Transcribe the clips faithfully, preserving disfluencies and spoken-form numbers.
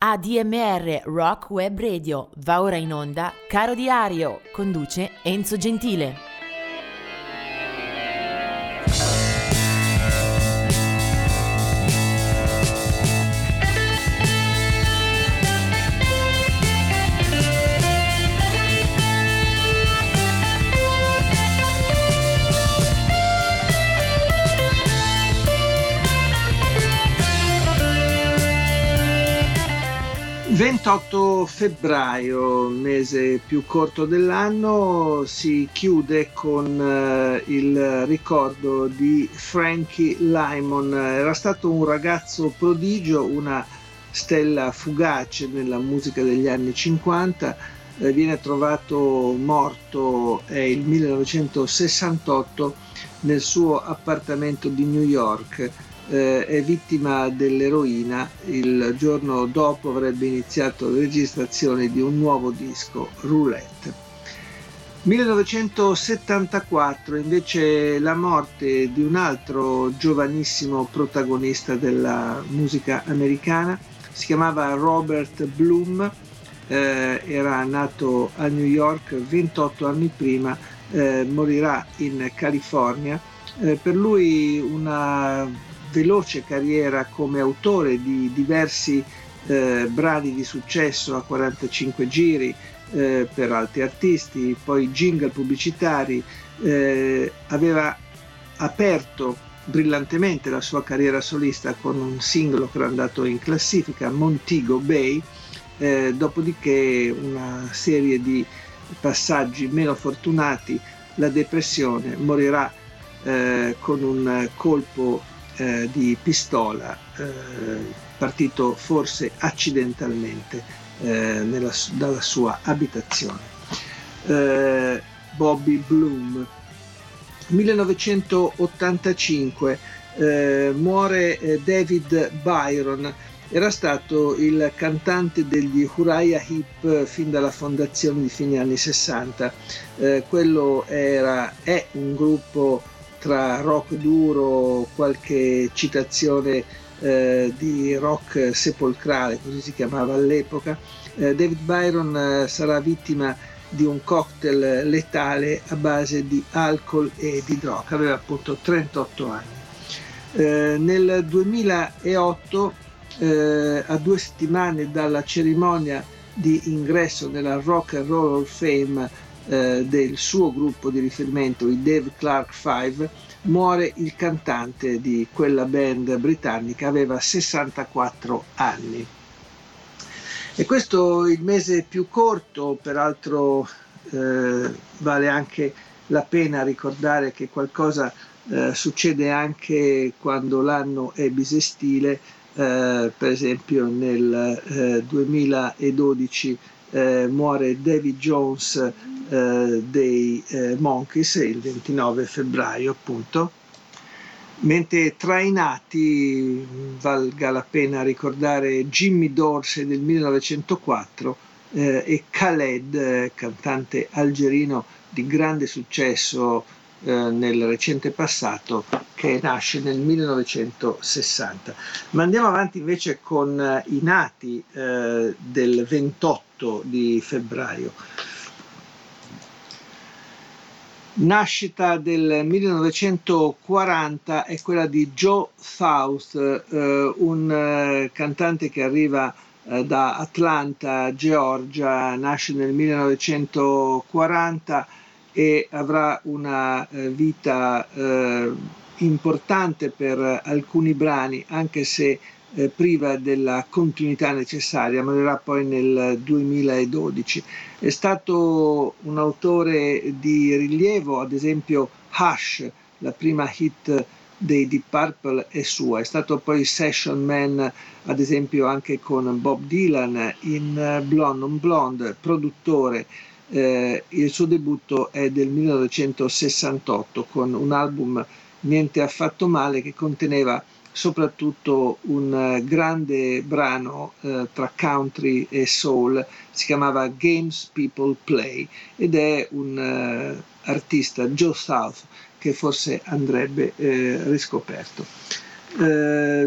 A D M R Rock Web Radio va ora in onda Caro Diario, conduce Enzo Gentile. ventotto febbraio, mese più corto dell'anno, si chiude con eh, il ricordo di Frankie Lymon. Era stato un ragazzo prodigio, una stella fugace nella musica degli anni cinquanta. Eh, viene trovato morto è il millenovecentosessantotto nel suo appartamento di New York. Eh, è vittima dell'eroina. Il giorno dopo avrebbe iniziato le registrazioni di un nuovo disco, Roulette. millenovecentosettantaquattro invece la morte di un altro giovanissimo protagonista della musica americana. Si chiamava Robert Bloom, eh, era nato a New York ventotto anni prima, eh, morirà in California. Eh, per lui una veloce carriera come autore di diversi eh, brani di successo a quarantacinque giri eh, per altri artisti, poi jingle pubblicitari. Eh, aveva aperto brillantemente la sua carriera solista con un singolo che era andato in classifica, Montego Bay, eh, dopodiché una serie di passaggi meno fortunati, la depressione, morirà eh, con un colpo Eh, di pistola eh, partito forse accidentalmente eh, nella, dalla sua abitazione. Eh, Bobby Bloom. millenovecentottantacinque eh, muore eh, David Byron. Era stato il cantante degli Uriah Heep fin dalla fondazione di fine anni sessanta. Eh, quello era, è un gruppo tra rock duro, qualche citazione eh, di rock sepolcrale, così si chiamava all'epoca. Eh, David Byron eh, sarà vittima di un cocktail letale a base di alcol e di droga, aveva appunto trentotto anni. Eh, nel duemilaotto, eh, a due settimane dalla cerimonia di ingresso nella Rock and Roll Hall of Fame Eh, del suo gruppo di riferimento, i Dave Clark Five, muore il cantante di quella band britannica, aveva sessantaquattro anni. E questo il mese più corto, peraltro eh, vale anche la pena ricordare che qualcosa eh, succede anche quando l'anno è bisestile. Eh, per esempio nel eh, duemiladodici eh, muore Davy Jones eh, dei eh, Monkees il ventinove febbraio appunto, mentre tra i nati valga la pena ricordare Jimmy Dorsey del millenovecentoquattro eh, e Khaled, cantante algerino di grande successo eh, nel recente passato, che nasce nel millenovecentosessanta. Ma andiamo avanti invece con eh, i nati eh, del ventotto di febbraio. Nascita del millenovecentoquaranta è quella di Joe South, eh, un eh, cantante che arriva eh, da Atlanta, Georgia, nasce nel millenovecentoquaranta e avrà una eh, vita eh, importante per alcuni brani, anche se eh, priva della continuità necessaria. Morirà poi nel duemiladodici. È stato un autore di rilievo, ad esempio Hush, la prima hit dei Deep Purple è sua. È stato poi session man, ad esempio anche con Bob Dylan in Blonde on Blonde, produttore. Eh, il suo debutto è del millenovecentosessantotto con un album Niente affatto male, che conteneva soprattutto un grande brano eh, tra country e soul, si chiamava Games People Play, ed è un uh, artista, Joe South, che forse andrebbe eh, riscoperto. Eh,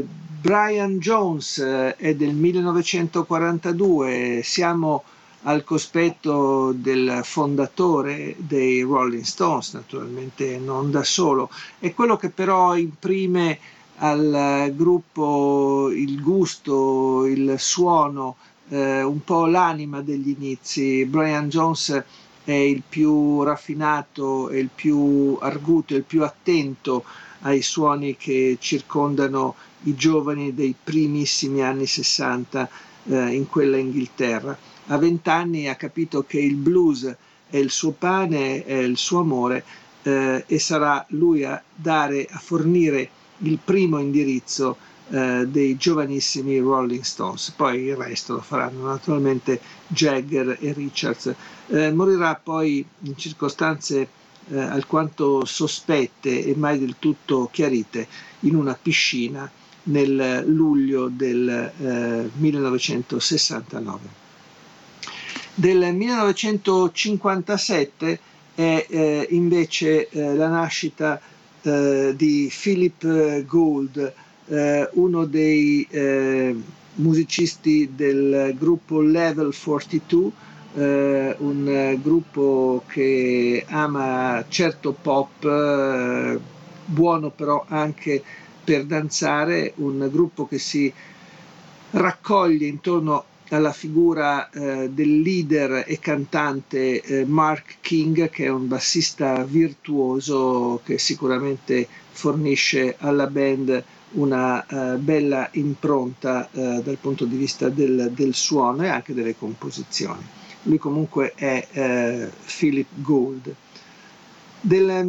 Brian Jones eh, è del millenovecentoquarantadue, siamo al cospetto del fondatore dei Rolling Stones, naturalmente non da solo, è quello che però imprime al gruppo il gusto, il suono, eh, un po' l'anima degli inizi. Brian Jones è il più raffinato, è il più arguto, è il più attento ai suoni che circondano i giovani dei primissimi anni sessanta eh, in quella Inghilterra. A vent'anni ha capito che il blues è il suo pane, è il suo amore eh, e sarà lui a dare, a fornire il primo indirizzo eh, dei giovanissimi Rolling Stones. Poi il resto lo faranno naturalmente Jagger e Richards. Eh, morirà poi in circostanze eh, alquanto sospette e mai del tutto chiarite in una piscina nel luglio del eh, millenovecentosessantanove. Del millenovecentocinquantasette è eh, invece eh, la nascita eh, di Philip Gould, eh, uno dei eh, musicisti del gruppo Level quarantadue, eh, un eh, gruppo che ama certo pop, eh, buono però anche per danzare, un gruppo che si raccoglie intorno alla figura eh, del leader e cantante eh, Mark King, che è un bassista virtuoso che sicuramente fornisce alla band una eh, bella impronta eh, dal punto di vista del, del suono e anche delle composizioni. Lui comunque è eh, Philip Gould. Del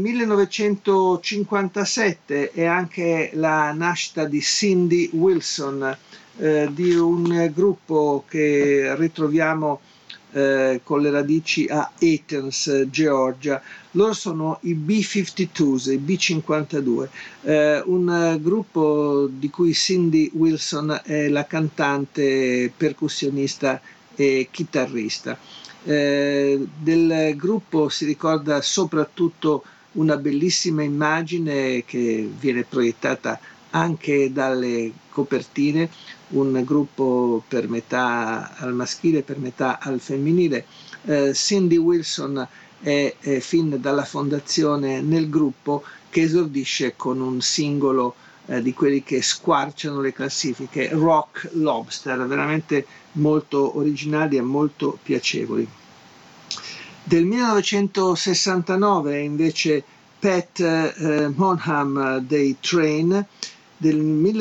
millenovecentocinquantasette è anche la nascita di Cindy Wilson, eh, di un gruppo che ritroviamo eh, con le radici a Athens, Georgia. Loro sono i B cinquantadue, i B cinquantadue, eh, un gruppo di cui Cindy Wilson è la cantante, percussionista e chitarrista. Eh, del gruppo si ricorda soprattutto una bellissima immagine che viene proiettata anche dalle copertine, un gruppo per metà al maschile, per metà al femminile. Eh, Cindy Wilson è, è fin dalla fondazione nel gruppo, che esordisce con un singolo eh, di quelli che squarciano le classifiche, Rock Lobster, veramente molto originali e molto piacevoli. Del millenovecentosessantanove invece Pat eh, Monham dei Train, del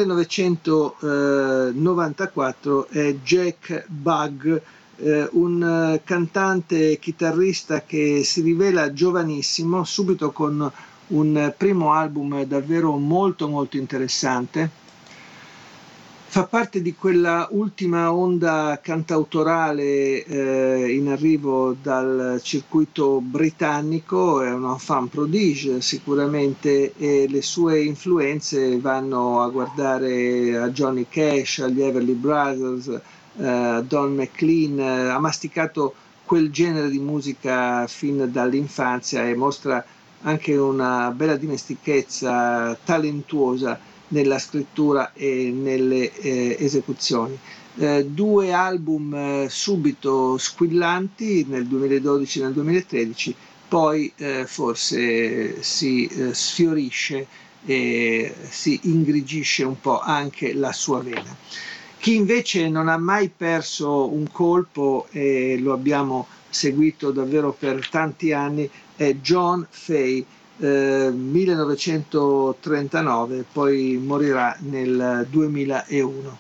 millenovecentonovantaquattro è Jack Bugg, eh, un cantante chitarrista che si rivela giovanissimo, subito con un primo album davvero molto molto interessante. Fa parte di quella ultima onda cantautorale eh, in arrivo dal circuito britannico, è un enfant prodige sicuramente, e le sue influenze vanno a guardare a Johnny Cash, agli Everly Brothers, eh, a Don McLean, eh, ha masticato quel genere di musica fin dall'infanzia e mostra anche una bella dimestichezza talentuosa nella scrittura e nelle eh, esecuzioni. Eh, due album eh, subito squillanti nel duemiladodici e nel duemilatredici, poi eh, forse si eh, sfiorisce e si ingrigisce un po' anche la sua vena. Chi invece non ha mai perso un colpo e lo abbiamo seguito davvero per tanti anni è John Fay, Eh, millenovecentotrentanove, poi morirà nel duemilauno.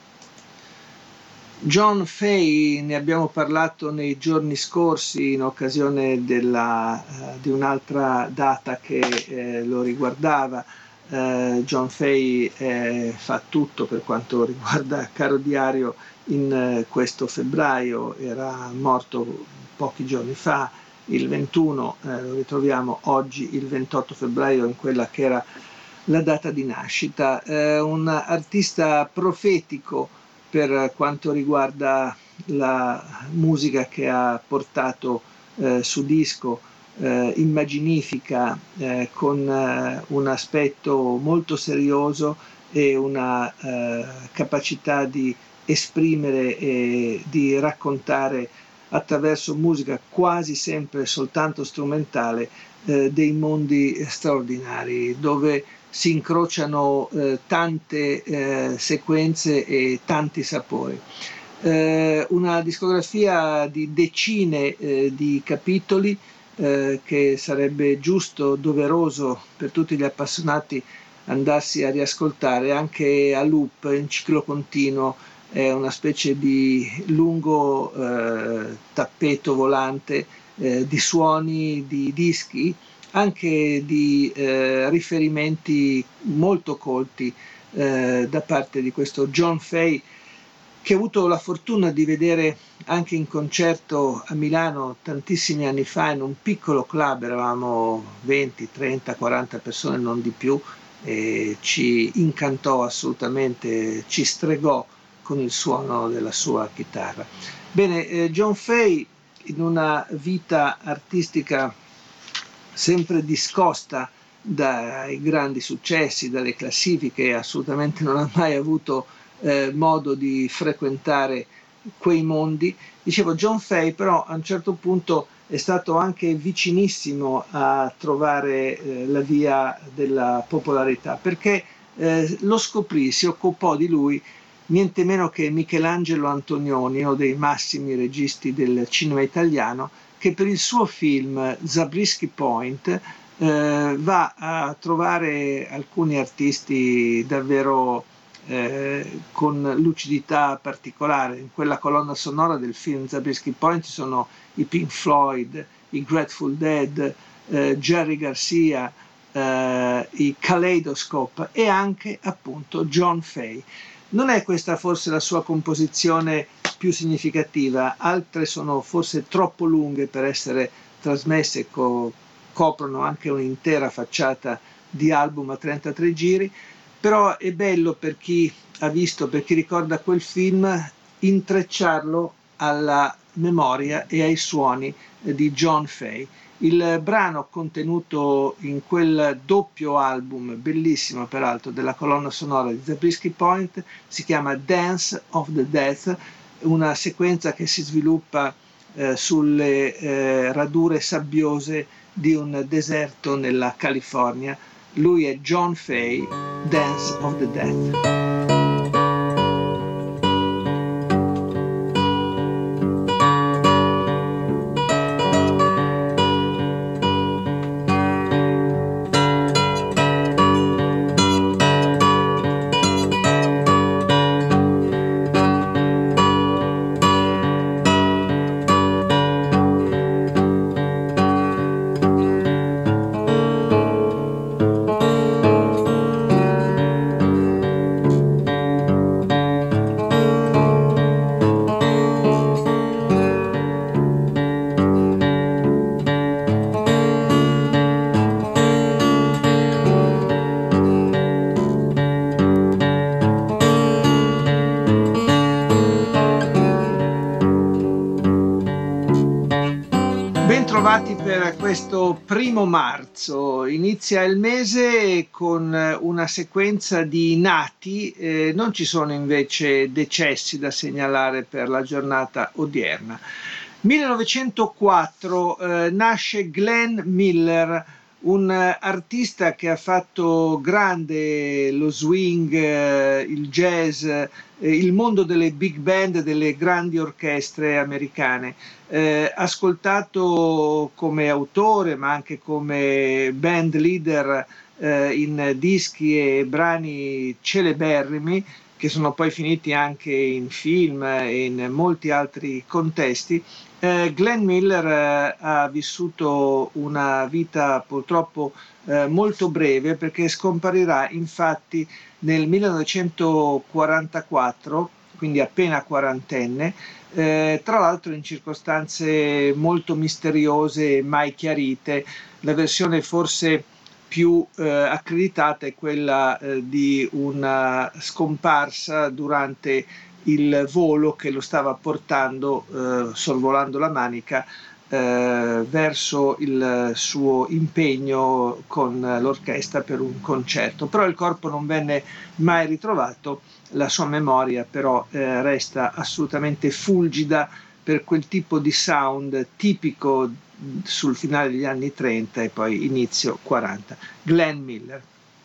John Fay ne abbiamo parlato nei giorni scorsi in occasione della, uh, di un'altra data che eh, lo riguardava. Uh, John Fay eh, fa tutto per quanto riguarda Caro Diario in uh, questo febbraio, era morto pochi giorni fa, il ventuno, eh, lo ritroviamo oggi il ventotto febbraio in quella che era la data di nascita, eh, un artista profetico per quanto riguarda la musica che ha portato eh, su disco, eh, immaginifica, eh, con eh, un aspetto molto serioso e una eh, capacità di esprimere e di raccontare attraverso musica quasi sempre soltanto strumentale eh, dei mondi straordinari dove si incrociano eh, tante eh, sequenze e tanti sapori. Eh, una discografia di decine eh, di capitoli eh, che sarebbe giusto, doveroso per tutti gli appassionati andarsi a riascoltare anche a loop, in ciclo continuo. È una specie di lungo eh, tappeto volante eh, di suoni, di dischi, anche di eh, riferimenti molto colti eh, da parte di questo John Fay, che ho avuto la fortuna di vedere anche in concerto a Milano tantissimi anni fa in un piccolo club. Eravamo venti, trenta, quaranta persone, non di più, e ci incantò assolutamente, ci stregò con il suono della sua chitarra. Bene, eh, John Fay, in una vita artistica sempre discosta dai grandi successi, dalle classifiche, assolutamente non ha mai avuto eh, modo di frequentare quei mondi. Dicevo, John Fay però a un certo punto è stato anche vicinissimo a trovare eh, la via della popolarità, perché eh, lo scoprì, si occupò di lui niente meno che Michelangelo Antonioni, uno dei massimi registi del cinema italiano, che per il suo film Zabriskie Point eh, va a trovare alcuni artisti davvero eh, con lucidità particolare. In quella colonna sonora del film Zabriskie Point ci sono i Pink Floyd, i Grateful Dead, eh, Jerry Garcia, eh, i Kaleidoscope e anche appunto John Fay. Non è questa forse la sua composizione più significativa, altre sono forse troppo lunghe per essere trasmesse, co- coprono anche un'intera facciata di album a trentatré giri, però è bello per chi ha visto, per chi ricorda quel film, intrecciarlo alla memoria e ai suoni di John Fay. Il brano contenuto in quel doppio album, bellissimo peraltro, della colonna sonora di Zabriskie Point, si chiama Dance of the Death, una sequenza che si sviluppa eh, sulle eh, radure sabbiose di un deserto nella California. Lui è John Fay, Dance of the Death. Bentrovati per questo primo marzo. Inizia il mese con una sequenza di nati, eh, non ci sono invece decessi da segnalare per la giornata odierna. millenovecentoquattro eh, nasce Glenn Miller, un artista che ha fatto grande lo swing, eh, il jazz, eh, il mondo delle big band, delle grandi orchestre americane. Eh, ascoltato come autore ma anche come band leader eh, in dischi e brani celeberrimi che sono poi finiti anche in film e in molti altri contesti. Eh, Glenn Miller eh, ha vissuto una vita purtroppo eh, molto breve, perché scomparirà infatti nel millenovecentoquarantaquattro, quindi appena quarantenne, eh, tra l'altro in circostanze molto misteriose e mai chiarite. La versione forse più eh, accreditata è quella eh, di una scomparsa durante il volo che lo stava portando, eh, sorvolando la Manica, eh, verso il suo impegno con l'orchestra per un concerto, però il corpo non venne mai ritrovato, la sua memoria però eh, resta assolutamente fulgida per quel tipo di sound tipico sul finale degli anni trenta e poi inizio quaranta. Glenn Miller.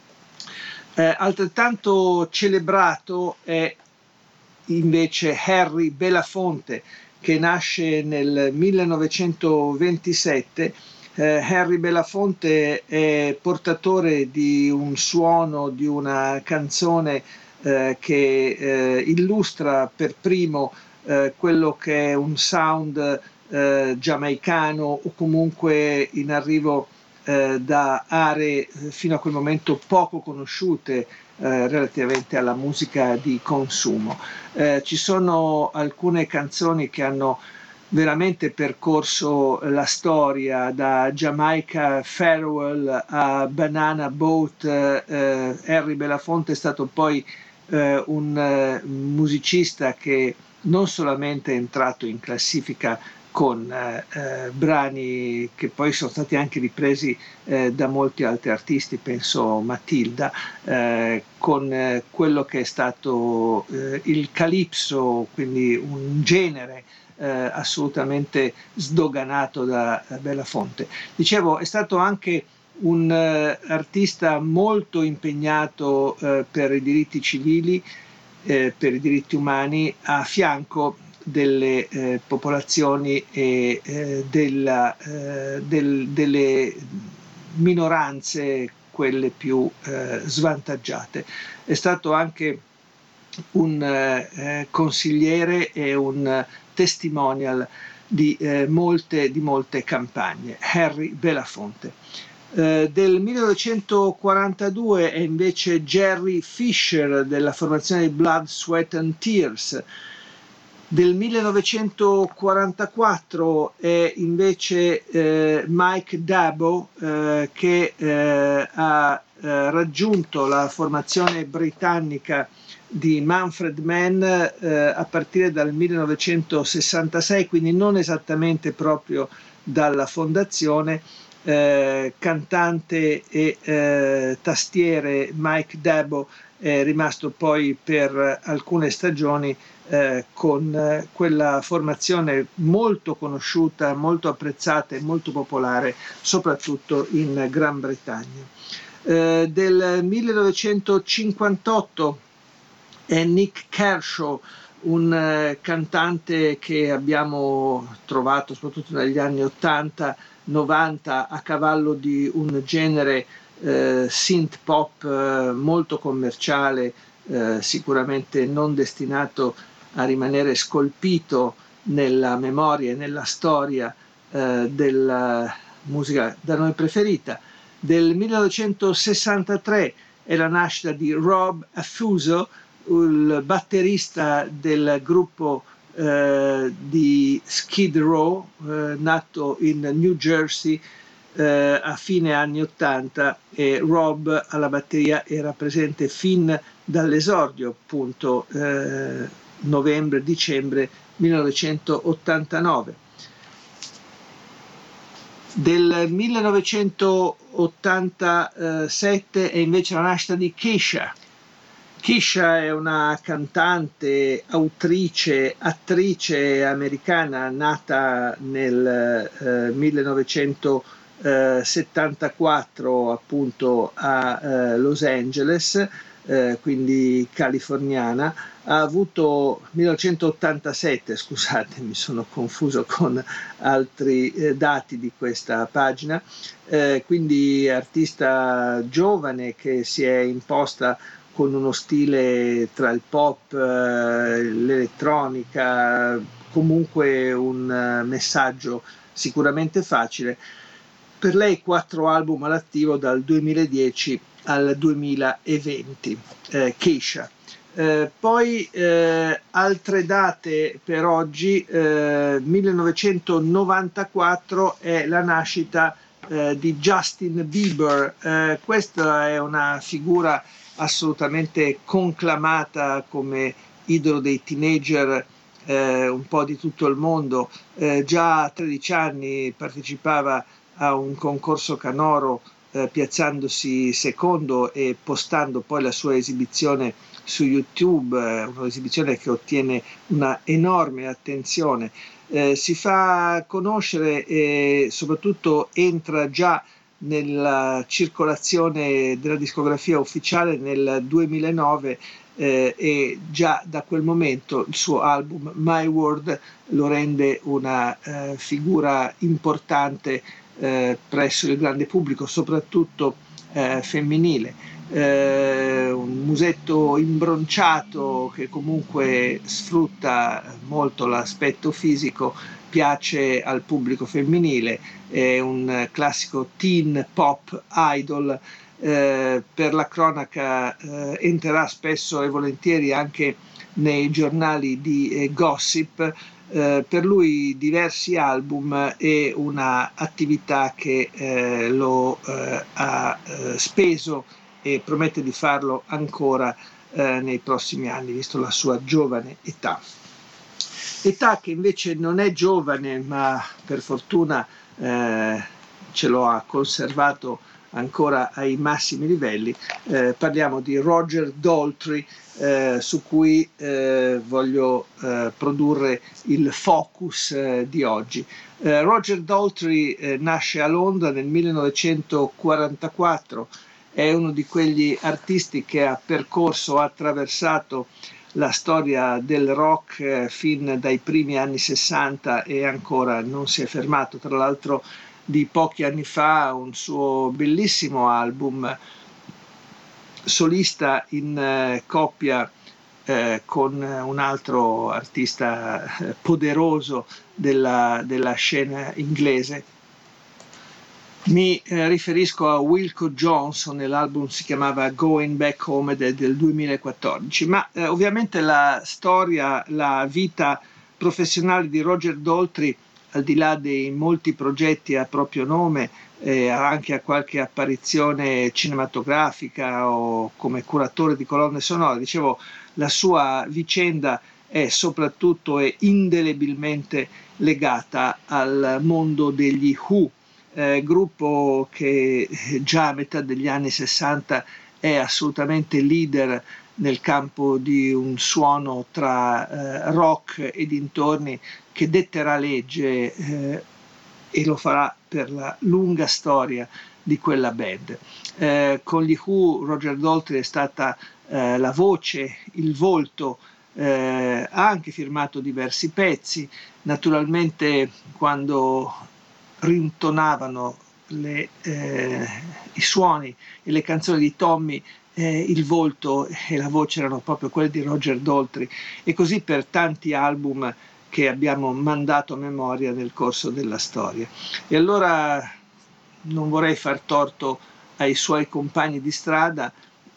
Eh, altrettanto celebrato è invece Harry Belafonte, che nasce nel millenovecentoventisette. Eh, Harry Belafonte è portatore di un suono, di una canzone eh, che eh, illustra per primo eh, quello che è un sound eh, giamaicano o comunque in arrivo eh, da aree fino a quel momento poco conosciute eh, relativamente alla musica di consumo. Eh, ci sono alcune canzoni che hanno veramente percorso la storia, da Jamaica Farewell a Banana Boat. eh, Harry Belafonte è stato poi eh, un eh, musicista che non solamente è entrato in classifica con eh, eh, brani che poi sono stati anche ripresi eh, da molti altri artisti, penso Matilda, eh, con eh, quello che è stato eh, il calypso, quindi un genere eh, assolutamente sdoganato da Belafonte. Dicevo, è stato anche un eh, artista molto impegnato eh, per i diritti civili, eh, per i diritti umani, a fianco delle eh, popolazioni e eh, della, eh, del, delle minoranze, quelle più eh, svantaggiate. È stato anche un eh, consigliere e un testimonial di, eh, molte, di molte campagne. Harry Belafonte. Eh, del millenovecentoquarantadue è invece Jerry Fisher della formazione Blood, Sweat and Tears. Del millenovecentoquarantaquattro è invece eh, Mike Dabo eh, che eh, ha eh, raggiunto la formazione britannica di Manfred Mann eh, a partire dal millenovecentosessantasei, quindi non esattamente proprio dalla fondazione. Eh, cantante e eh, tastiere Mike Dabo è rimasto poi per alcune stagioni eh, con eh, quella formazione molto conosciuta, molto apprezzata e molto popolare, soprattutto in Gran Bretagna. Eh, del millenovecentocinquantotto è Nick Kershaw, un eh, cantante che abbiamo trovato soprattutto negli anni ottanta novanta a cavallo di un genere eh, synth pop eh, molto commerciale, eh, sicuramente non destinato a rimanere scolpito nella memoria e nella storia eh, della musica da noi preferita. Del millenovecentosessantatré è la nascita di Rob Affuso, il batterista del gruppo eh, di Skid Row, eh, nato in New Jersey eh, a fine anni ottanta, e Rob alla batteria era presente fin dall'esordio, appunto eh, novembre-dicembre millenovecentottantanove. Del millenovecentottantasette è invece la nascita di Kesha. Kesha è una cantante, autrice, attrice americana nata nel eh, millenovecentosettantaquattro appunto a eh, Los Angeles, eh, quindi californiana. Ha avuto millenovecentottantasette, scusate, mi sono confuso con altri eh, dati di questa pagina, eh, quindi artista giovane che si è imposta con uno stile tra il pop, eh, l'elettronica, comunque un uh, messaggio sicuramente facile. Per lei quattro album all'attivo dal duemiladieci al duemilaventi, eh, Kesha. Eh, poi eh, altre date per oggi, eh, millenovecentonovantaquattro è la nascita eh, di Justin Bieber. Eh, questa è una figura assolutamente conclamata come idolo dei teenager eh, un po' di tutto il mondo. Eh, già a tredici anni partecipava a un concorso canoro, eh, piazzandosi secondo e postando poi la sua esibizione su YouTube, eh, un'esibizione che ottiene una enorme attenzione. Eh, si fa conoscere e soprattutto entra già nella circolazione della discografia ufficiale nel duemilanove, eh, e già da quel momento il suo album My World lo rende una eh, figura importante eh, presso il grande pubblico, soprattutto eh, femminile. Eh, un musetto imbronciato che comunque sfrutta molto l'aspetto fisico, piace al pubblico femminile, è un classico teen pop idol. Eh, per la cronaca eh, entrerà spesso e volentieri anche nei giornali di eh, gossip. Eh, per lui diversi album e una attività che eh, lo eh, ha eh, speso e promette di farlo ancora eh, nei prossimi anni, visto la sua giovane età. Età che invece non è giovane, ma per fortuna eh, ce lo ha conservato ancora ai massimi livelli. Eh, parliamo di Roger Daltrey, eh, su cui eh, voglio eh, produrre il focus eh, di oggi. Eh, Roger Daltrey eh, nasce a Londra nel millenovecentoquarantaquattro, è uno di quegli artisti che ha percorso, ha attraversato la storia del rock eh, fin dai primi anni sessanta e ancora non si è fermato. Tra l'altro di pochi anni fa un suo bellissimo album solista in eh, coppia eh, con un altro artista eh, poderoso della, della scena inglese. Mi eh, riferisco a Wilco Johnson, l'album si chiamava Going Back Home ed è del duemilaquattordici, ma eh, ovviamente la storia, la vita professionale di Roger Daltrey, al di là dei molti progetti a proprio nome, eh, anche a qualche apparizione cinematografica o come curatore di colonne sonore, dicevo, la sua vicenda è soprattutto e indelebilmente legata al mondo degli Who, eh, gruppo che già a metà degli anni sessanta è assolutamente leader nel campo di un suono tra eh, rock e dintorni che detterà legge eh, e lo farà per la lunga storia di quella band. Eh, con gli Who Roger Daltrey è stata eh, la voce, il volto, eh, ha anche firmato diversi pezzi, naturalmente quando rintonavano le, eh, i suoni e le canzoni di Tommy, eh, il volto e la voce erano proprio quelli di Roger Daltrey, e così per tanti album che abbiamo mandato a memoria nel corso della storia. E allora non vorrei far torto ai suoi compagni di strada,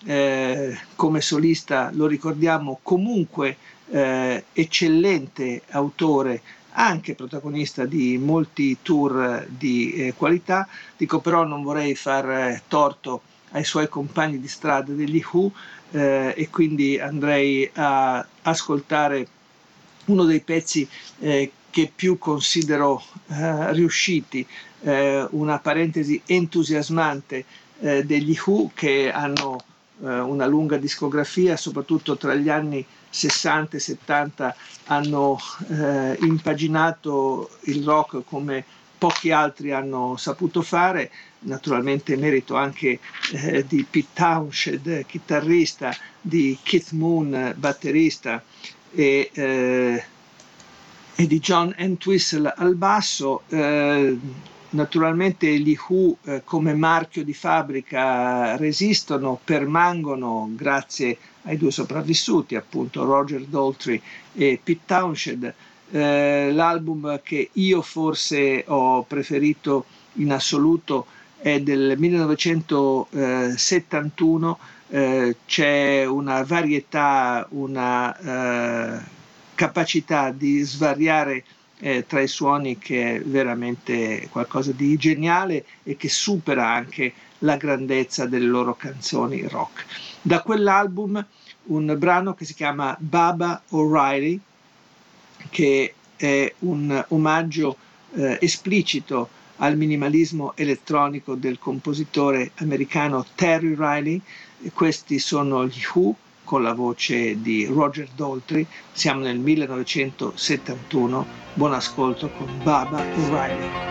eh, come solista lo ricordiamo comunque eh, eccellente autore, anche protagonista di molti tour di eh, qualità. Dico però non vorrei far eh, torto ai suoi compagni di strada degli Who, eh, e quindi andrei a ascoltare uno dei pezzi eh, che più considero eh, riusciti, eh, una parentesi entusiasmante eh, degli Who, che hanno eh, una lunga discografia, soprattutto tra gli anni sessanta e settanta hanno eh, impaginato il rock come pochi altri hanno saputo fare, naturalmente merito anche eh, di Pete Townshend, chitarrista, di Keith Moon, batterista, e, eh, e di John Entwistle al basso. Eh, naturalmente gli Who eh, come marchio di fabbrica resistono, permangono grazie ai due sopravvissuti, appunto Roger Daltrey e Pete Townshend. Eh, l'album che io forse ho preferito in assoluto è del millenovecentosettantuno, eh, c'è una varietà, una eh, capacità di svariare eh, tra i suoni che è veramente qualcosa di geniale e che supera anche la grandezza delle loro canzoni rock. Da quell'album un brano che si chiama Baba O'Reilly, che è un omaggio eh, esplicito al minimalismo elettronico del compositore americano Terry Riley. E questi sono gli Who con la voce di Roger Daltrey. Siamo nel millenovecentosettantuno. Buon ascolto con Baba O'Reilly.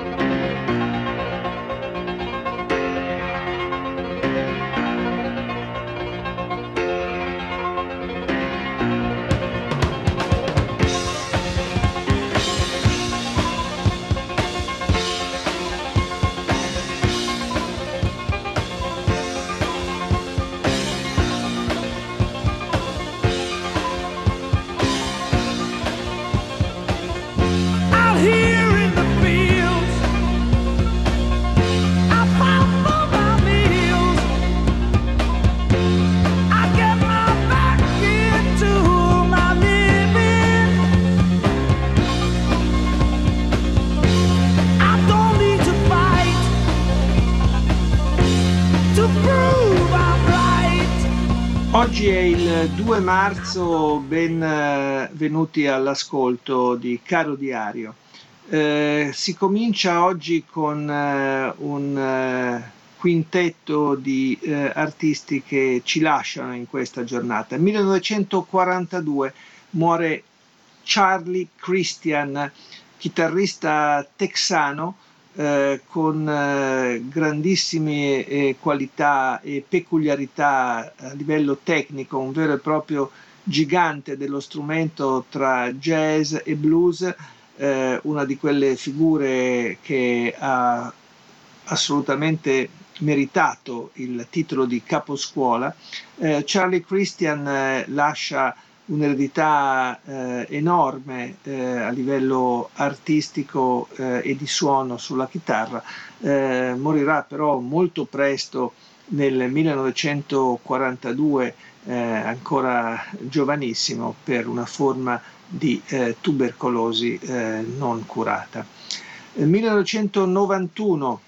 Oggi è il due marzo, benvenuti all'ascolto di Caro Diario. Eh, si comincia oggi con eh, un eh, quintetto di eh, artisti che ci lasciano in questa giornata. Nel millenovecentoquarantadue muore Charlie Christian, chitarrista texano, Eh, con eh, grandissime eh, qualità e peculiarità a livello tecnico, un vero e proprio gigante dello strumento tra jazz e blues, eh, una di quelle figure che ha assolutamente meritato il titolo di caposcuola. Eh, Charlie Christian eh, lascia un'eredità eh, enorme eh, a livello artistico eh, e di suono sulla chitarra. Eh, morirà però molto presto nel millenovecentoquarantadue, eh, ancora giovanissimo, per una forma di eh, tubercolosi eh, non curata. Nel millenovecentonovantuno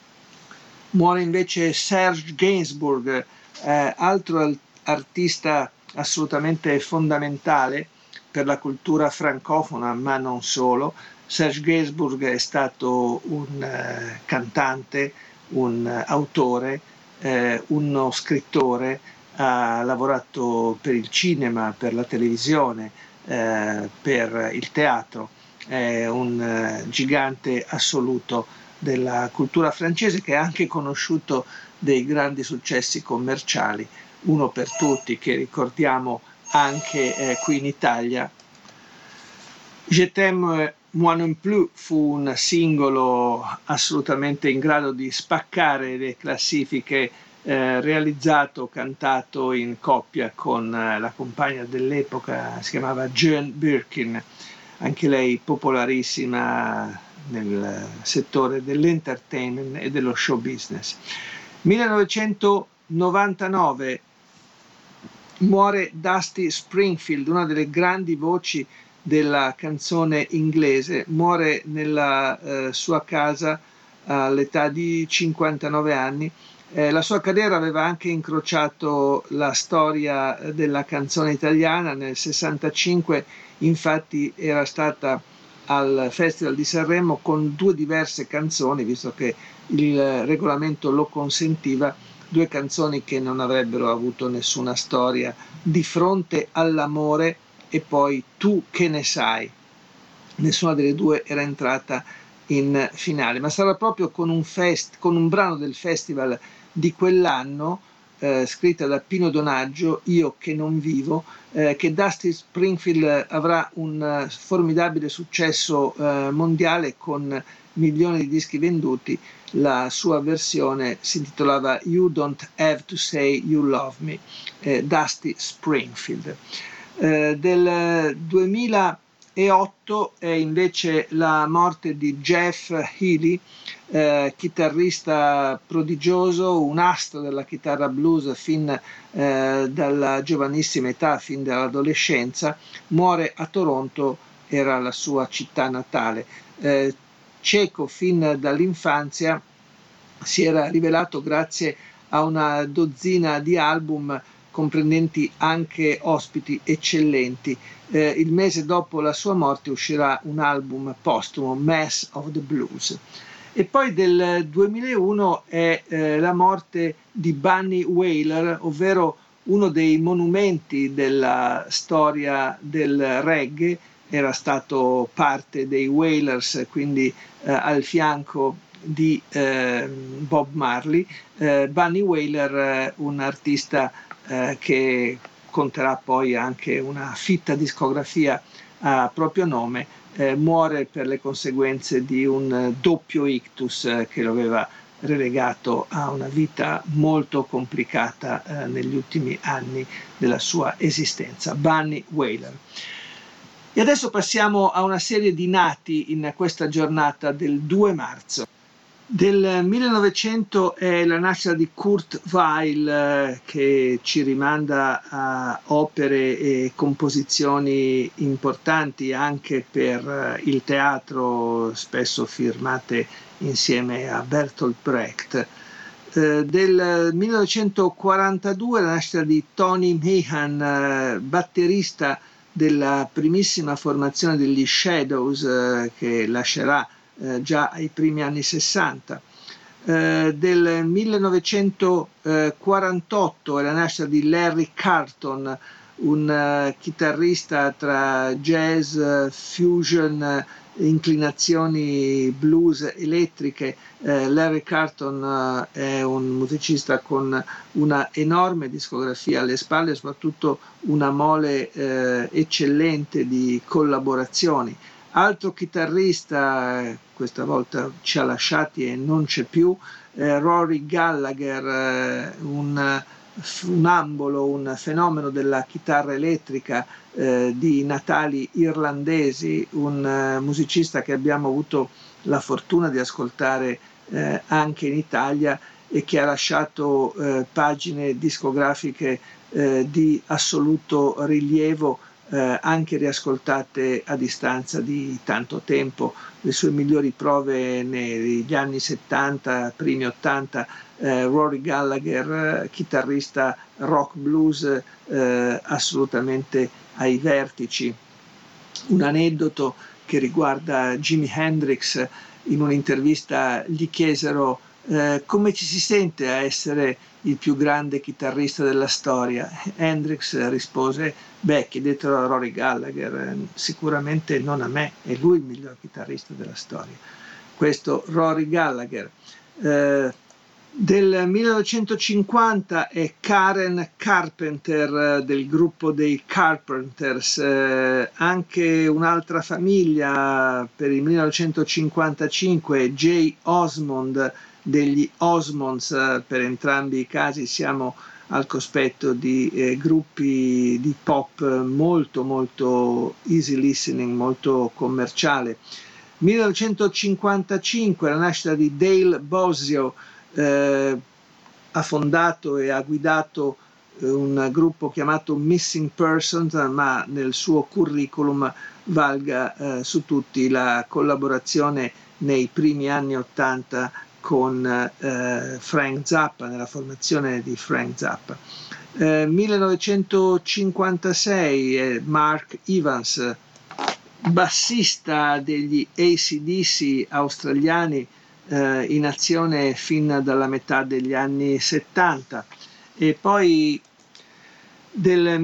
muore invece Serge Gainsbourg, eh, altro artista assolutamente fondamentale per la cultura francofona, ma non solo. Serge Gainsbourg è stato un eh, cantante, un uh, autore, eh, uno scrittore, ha lavorato per il cinema, per la televisione, eh, per il teatro, è un uh, gigante assoluto della cultura francese, che ha anche conosciuto dei grandi successi commerciali. Uno per tutti che ricordiamo anche eh, qui in Italia, Je t'aime moi non plus, fu un singolo assolutamente in grado di spaccare le classifiche, eh, realizzato, cantato in coppia con eh, la compagna dell'epoca, si chiamava Jane Birkin, anche lei popolarissima nel settore dell'entertainment e dello show business. millenovecentonovantanove muore Dusty Springfield, una delle grandi voci della canzone inglese. Muore nella eh, sua casa all'età di cinquantanove anni. Eh, la sua carriera aveva anche incrociato la storia della canzone italiana. Nel sessantacinque infatti era stata al Festival di Sanremo con due diverse canzoni, visto che il regolamento lo consentiva, due canzoni che non avrebbero avuto nessuna storia, Di fronte all'amore e poi Tu che ne sai. Nessuna delle due era entrata in finale, ma sarà proprio con un, fest, con un brano del festival di quell'anno, eh, scritta da Pino Donaggio, Io che non vivo, eh, che Dusty Springfield avrà un uh, formidabile successo uh, mondiale con milioni di dischi venduti. La sua versione si intitolava You Don't Have to Say You Love Me, eh, Dusty Springfield. Eh, del duemilaotto è invece la morte di Jeff Healey, eh, chitarrista prodigioso, un astro della chitarra blues fin eh, dalla giovanissima età, fin dall'adolescenza. Muore a Toronto, era la sua città natale. Eh, cieco fin dall'infanzia, si era rivelato grazie a una dozzina di album comprendenti anche ospiti eccellenti. Eh, il mese dopo la sua morte uscirà un album postumo, Mass of the Blues. E poi del duemilauno è eh, la morte di Bunny Wailer, ovvero uno dei monumenti della storia del reggae. Era stato parte dei Wailers, quindi eh, al fianco di eh, Bob Marley. Eh, Bunny Wailer, eh, un artista eh, che conterà poi anche una fitta discografia a proprio nome, eh, muore per le conseguenze di un eh, doppio ictus eh, che lo aveva relegato a una vita molto complicata eh, negli ultimi anni della sua esistenza. Bunny Wailer. E adesso passiamo a una serie di nati in questa giornata del due marzo. Del millenovecento è la nascita di Kurt Weill, eh, che ci rimanda a opere e composizioni importanti anche per eh, il teatro, spesso firmate insieme a Bertolt Brecht. Eh, del millenovecentoquarantadue la nascita di Tony Meehan, eh, batterista della primissima formazione degli Shadows, eh, che lascerà eh, già ai primi anni sessanta. Eh, del millenovecentoquarantotto è la nascita di Larry Carlton, un uh, chitarrista tra jazz, fusion, inclinazioni blues elettriche. Eh, Larry Carlton uh, è un musicista con una enorme discografia alle spalle, soprattutto una mole eh, eccellente di collaborazioni. Altro chitarrista, questa volta ci ha lasciati e non c'è più, eh, Rory Gallagher, eh, un, un ambolo, un fenomeno della chitarra elettrica, eh, di natali irlandesi, un uh, musicista che abbiamo avuto la fortuna di ascoltare eh, anche in Italia e che ha lasciato eh, pagine discografiche eh, di assoluto rilievo, Eh, anche riascoltate a distanza di tanto tempo. Le sue migliori prove negli anni settanta, primi ottanta, eh, Rory Gallagher, eh, chitarrista rock blues eh, assolutamente ai vertici. Un aneddoto che riguarda Jimi Hendrix: in un'intervista gli chiesero eh, come ci si sente a essere il più grande chitarrista della storia. Hendrix rispose: beh, chiedetelo a Rory Gallagher, sicuramente non a me, è lui il miglior chitarrista della storia. Questo Rory Gallagher. Eh, del millenovecentocinquanta è Karen Carpenter, del gruppo dei Carpenters. Eh, anche un'altra famiglia per il millenovecentocinquantacinque è Jay Osmond degli Osmonds. Per entrambi i casi siamo al cospetto di eh, gruppi di pop molto molto easy listening, molto commerciale. millenovecentocinquantacinque la nascita di Dale Bosio, eh, ha fondato e ha guidato eh, un gruppo chiamato Missing Persons, ma nel suo curriculum valga eh, su tutti la collaborazione nei primi anni ottanta con eh, Frank Zappa, nella formazione di Frank Zappa. Eh, millenovecentocinquantasei è Mark Evans, bassista degli A C D C australiani, eh, in azione fin dalla metà degli anni settanta. E poi del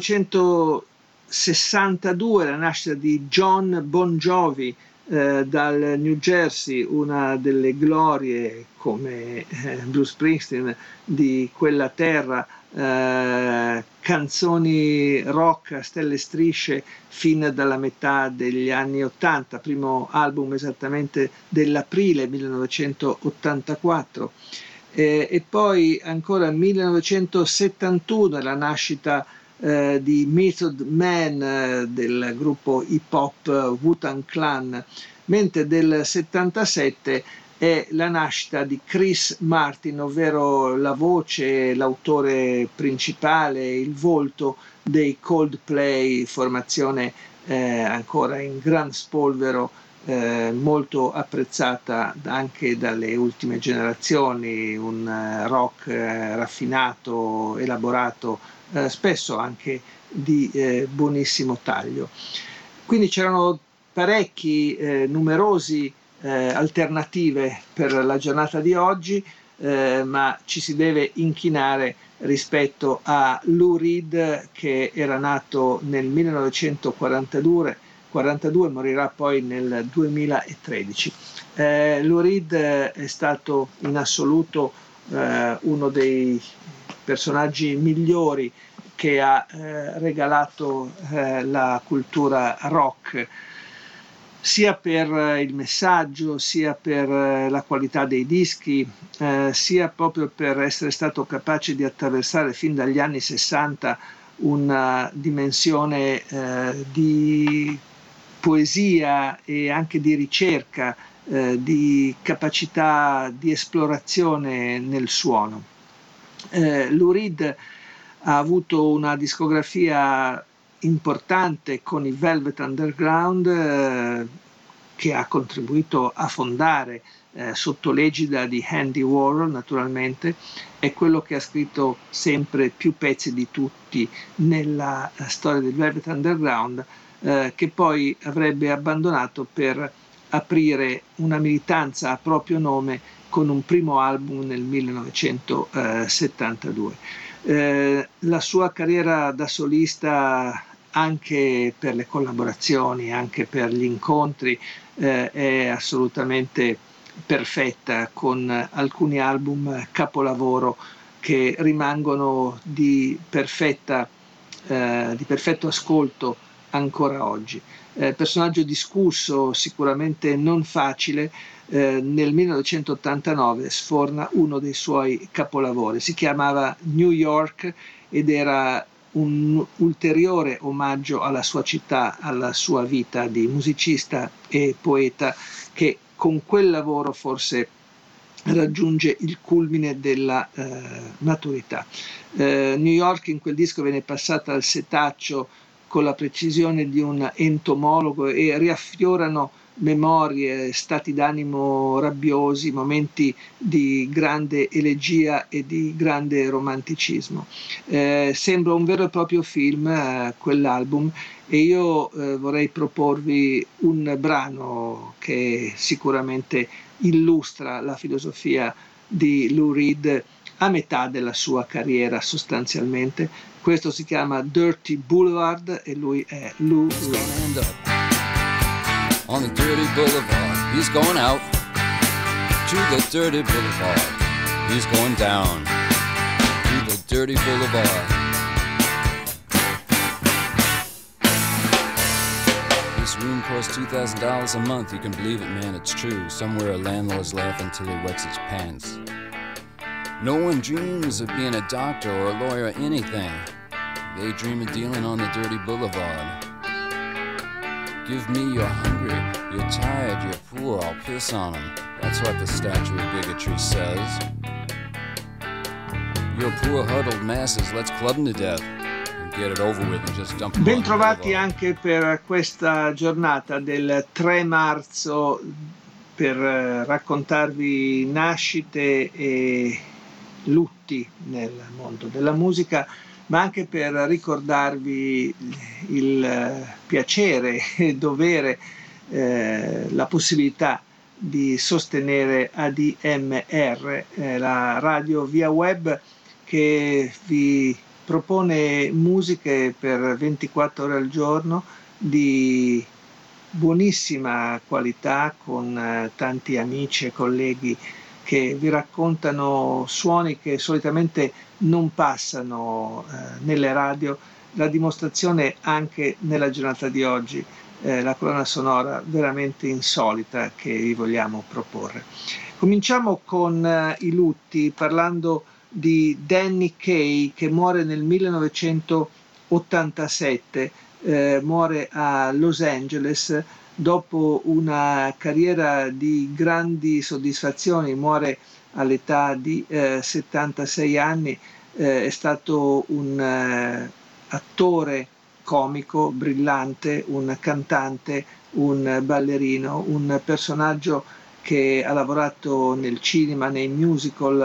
millenovecentosessantadue la nascita di John Bon Jovi, eh, dal New Jersey, una delle glorie come eh, Bruce Springsteen di quella terra, eh, canzoni rock a stelle e strisce fin dalla metà degli anni ottanta, primo album esattamente dell'aprile millenovecentottantaquattro. Eh, e poi ancora millenovecentosettantuno la nascita eh, di Method Man, eh, del gruppo hip hop Wu-Tang Clan, mentre del settantasette è la nascita di Chris Martin, ovvero la voce, l'autore principale, il volto dei Coldplay, formazione eh, ancora in gran spolvero, eh, molto apprezzata anche dalle ultime generazioni, un eh, rock eh, raffinato, elaborato, eh, spesso anche di eh, buonissimo taglio. Quindi c'erano parecchi, eh, numerosi eh, alternative per la giornata di oggi, eh, ma ci si deve inchinare rispetto a Lou Reed, che era nato nel millenovecentoquarantadue, quarantadue, morirà poi nel duemilatredici. Eh, Lou Reed è stato in assoluto eh, uno dei personaggi migliori che ha eh, regalato eh, la cultura rock, sia per il messaggio, sia per la qualità dei dischi, eh, sia proprio per essere stato capace di attraversare fin dagli anni sessanta una dimensione eh, di poesia e anche di ricerca, eh, di capacità di esplorazione nel suono. Eh, Lou Reed ha avuto una discografia importante con i Velvet Underground, eh, che ha contribuito a fondare eh, sotto l'egida di Andy Warhol, naturalmente. È quello che ha scritto sempre più pezzi di tutti nella storia del Velvet Underground, eh, che poi avrebbe abbandonato per aprire una militanza a proprio nome con un primo album nel millenovecentosettantadue. Eh, la sua carriera da solista, anche per le collaborazioni, anche per gli incontri, eh, è assolutamente perfetta, con alcuni album capolavoro che rimangono di, perfetta, eh, di perfetto ascolto ancora oggi. Eh, personaggio discusso, sicuramente non facile. Eh, nel millenovecentottantanove sforna uno dei suoi capolavori, si chiamava New York ed era un ulteriore omaggio alla sua città, alla sua vita di musicista e poeta, che con quel lavoro forse raggiunge il culmine della eh, maturità. Eh, New York in quel disco viene passata al setaccio con la precisione di un entomologo e riaffiorano memorie, stati d'animo rabbiosi, momenti di grande elegia e di grande romanticismo. Eh, sembra un vero e proprio film, eh, quell'album, e io eh, vorrei proporvi un brano che sicuramente illustra la filosofia di Lou Reed a metà della sua carriera sostanzialmente. Questo si chiama Dirty Boulevard e lui è Lou Reed. On the dirty boulevard, he's going out to the dirty boulevard. He's going down to the dirty boulevard. This room costs two thousand dollars a month. You can believe it, man, it's true. Somewhere a landlord's laughing till he wets his pants. No one dreams of being a doctor or a lawyer or anything. They dream of dealing on the dirty boulevard. Give me you're hungry, you're tired, you're poor, I'll piss on them. That's what the statue of bigotry says. You're poor huddled masses, let's club them to death and get it over with and just dump them. Bentrovati anche per questa giornata del tre marzo per raccontarvi nascite e lutti nel mondo della musica, ma anche per ricordarvi il piacere e dovere, eh, la possibilità di sostenere A D M R, eh, la radio via web che vi propone musiche per ventiquattro ore al giorno di buonissima qualità, con eh, tanti amici e colleghi che vi raccontano suoni che solitamente non passano eh, nelle radio. La dimostrazione anche nella giornata di oggi, eh, la colonna sonora veramente insolita che vi vogliamo proporre. Cominciamo con eh, i lutti, parlando di Danny Kaye, che muore nel millenovecentottantasette, eh, muore a Los Angeles dopo una carriera di grandi soddisfazioni, muore all'età di eh, settantasei anni, eh, è stato un eh, attore comico brillante, un cantante, un ballerino, un personaggio che ha lavorato nel cinema, nei musical,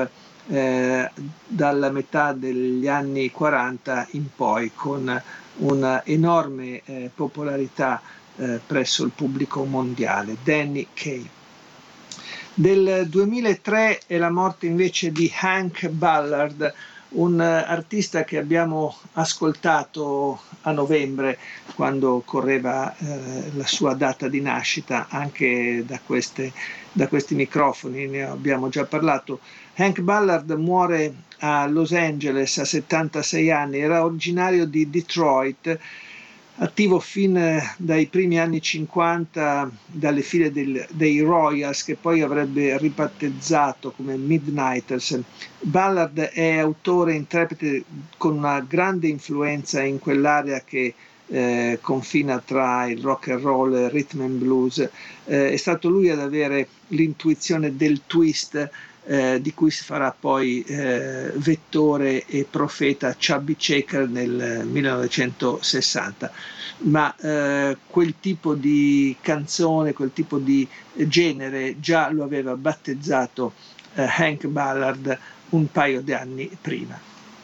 eh, dalla metà degli anni quaranta in poi, con una enorme eh, popolarità eh, presso il pubblico mondiale. Danny Kaye. Del duemilatré è la morte invece di Hank Ballard, un artista che abbiamo ascoltato a novembre quando correva eh, la sua data di nascita anche da, queste, da questi microfoni, ne abbiamo già parlato. Hank Ballard muore a Los Angeles a settantasei anni, era originario di Detroit, attivo fin dai primi anni cinquanta dalle file del, dei Royals, che poi avrebbe ribattezzato come Midnighters. Ballard è autore e interprete con una grande influenza in quell'area che eh, confina tra il rock and roll e il rhythm and blues. Eh, è stato lui ad avere l'intuizione del twist, Eh, di cui si farà poi eh, vettore e profeta Chubby Checker nel millenovecentosessanta. Ma eh, quel tipo di canzone, quel tipo di genere già lo aveva battezzato eh, Hank Ballard un paio di anni prima.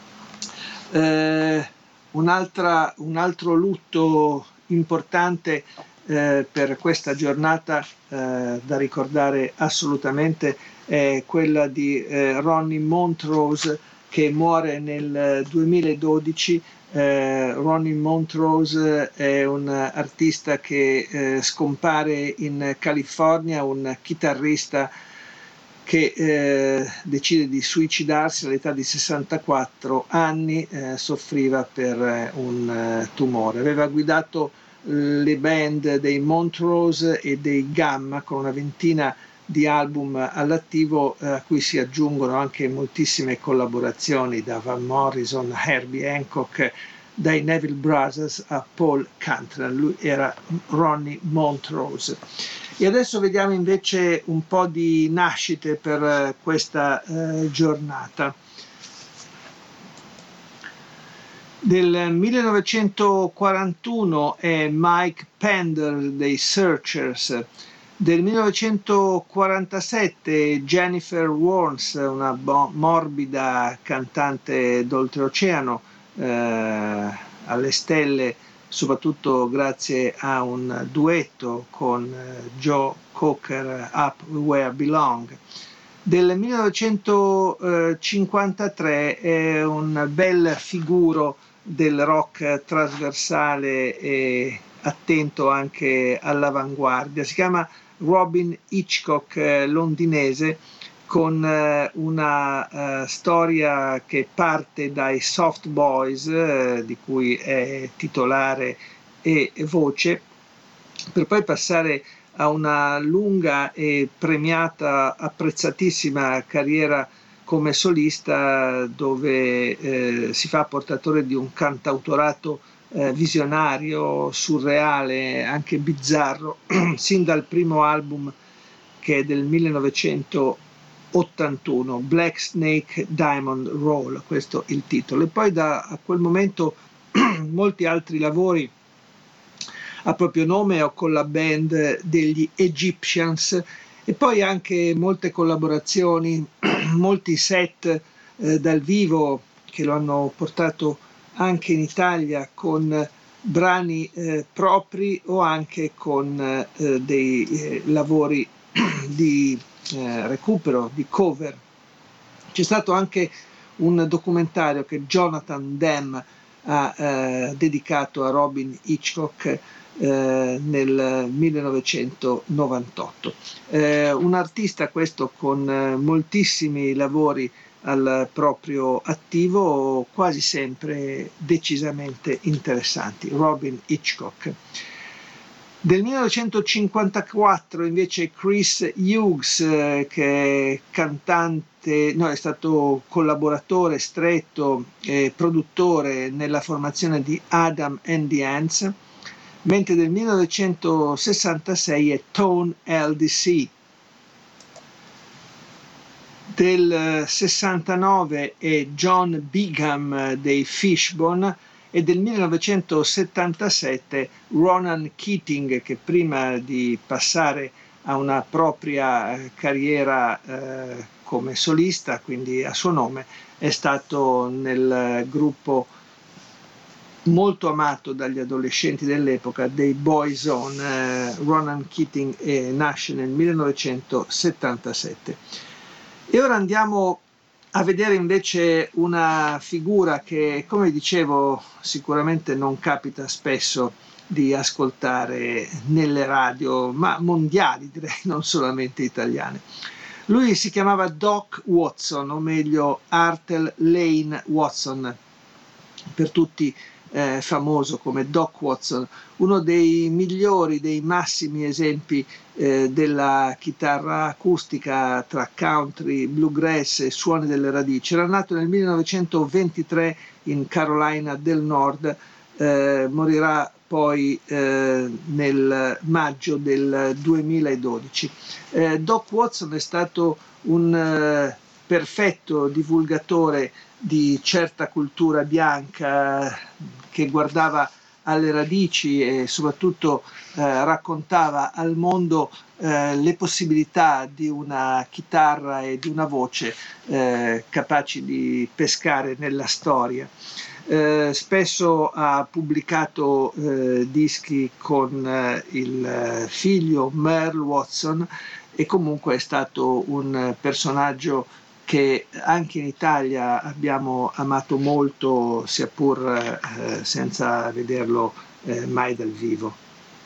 Eh, un'altra, un altro lutto importante eh, per questa giornata eh, da ricordare assolutamente è quella di eh, Ronnie Montrose, che muore nel duemiladodici. Eh, Ronnie Montrose è un artista che eh, scompare in California, un chitarrista che eh, decide di suicidarsi all'età di sessantaquattro anni, eh, soffriva per eh, un eh, tumore. Aveva guidato le band dei Montrose e dei Gamma con una ventina di album all'attivo, eh, a cui si aggiungono anche moltissime collaborazioni da Van Morrison, Herbie Hancock, dai Neville Brothers a Paul Cantrell. Lui era Ronnie Montrose. E adesso vediamo invece un po' di nascite per eh, questa eh, giornata. Del millenovecentoquarantuno è Mike Pender dei Searchers. Del millenovecentoquarantasette Jennifer Warnes, una morbida cantante d'oltreoceano, eh, alle stelle, soprattutto grazie a un duetto con Joe Cocker, Up Where I Belong. Del millenovecentocinquantatré è un bel figuro del rock trasversale e attento anche all'avanguardia. Si chiama Robyn Hitchcock, eh, londinese, con eh, una eh, storia che parte dai Soft Boys, eh, di cui è titolare e voce, per poi passare a una lunga e premiata, apprezzatissima carriera come solista, dove eh, si fa portatore di un cantautorato eh, visionario, surreale, anche bizzarro, sin dal primo album, che è del millenovecentottantuno, Black Snake Diamond Roll, questo è il titolo. E poi da a quel momento molti altri lavori a proprio nome o con la band degli Egyptians, e poi anche molte collaborazioni, molti set eh, dal vivo che lo hanno portato anche in Italia, con brani eh, propri o anche con eh, dei eh, lavori di eh, recupero, di cover. C'è stato anche un documentario che Jonathan Demme ha eh, dedicato a Robyn Hitchcock Eh, nel millenovecentonovantotto. Eh, un artista questo con eh, moltissimi lavori al proprio attivo, quasi sempre decisamente interessanti. Robyn Hitchcock. Del millenovecentocinquantaquattro invece Chris Hughes, eh, che è cantante, no, è stato collaboratore stretto e produttore nella formazione di Adam and the Ants, mentre del millenovecentosessantasei è Tone L D C. Del sessantanove è John Bigham dei Fishbone, e del millenovecentosettantasette Ronan Keating, che prima di passare a una propria carriera eh, come solista, quindi a suo nome, è stato nel gruppo molto amato dagli adolescenti dell'epoca dei Boyzone, eh, Ronan Keating, e nasce nel millenovecentosettantasette. E ora andiamo a vedere invece una figura che, come dicevo, sicuramente non capita spesso di ascoltare nelle radio, ma mondiali, direi, non solamente italiane. Lui si chiamava Doc Watson, o meglio Arthur Lane Watson, per tutti eh, famoso come Doc Watson, uno dei migliori, dei massimi esempi eh, della chitarra acustica tra country, bluegrass e suoni delle radici. Era nato nel millenovecentoventitré in Carolina del Nord, eh, morirà poi eh, nel maggio del duemiladodici. Eh, Doc Watson è stato un eh, perfetto divulgatore di certa cultura bianca che guardava alle radici e soprattutto eh, raccontava al mondo eh, le possibilità di una chitarra e di una voce eh, capaci di pescare nella storia. Eh, spesso ha pubblicato eh, dischi con eh, il figlio Merle Watson, e comunque è stato un personaggio che anche in Italia abbiamo amato molto, sia pur eh, senza vederlo eh, mai dal vivo.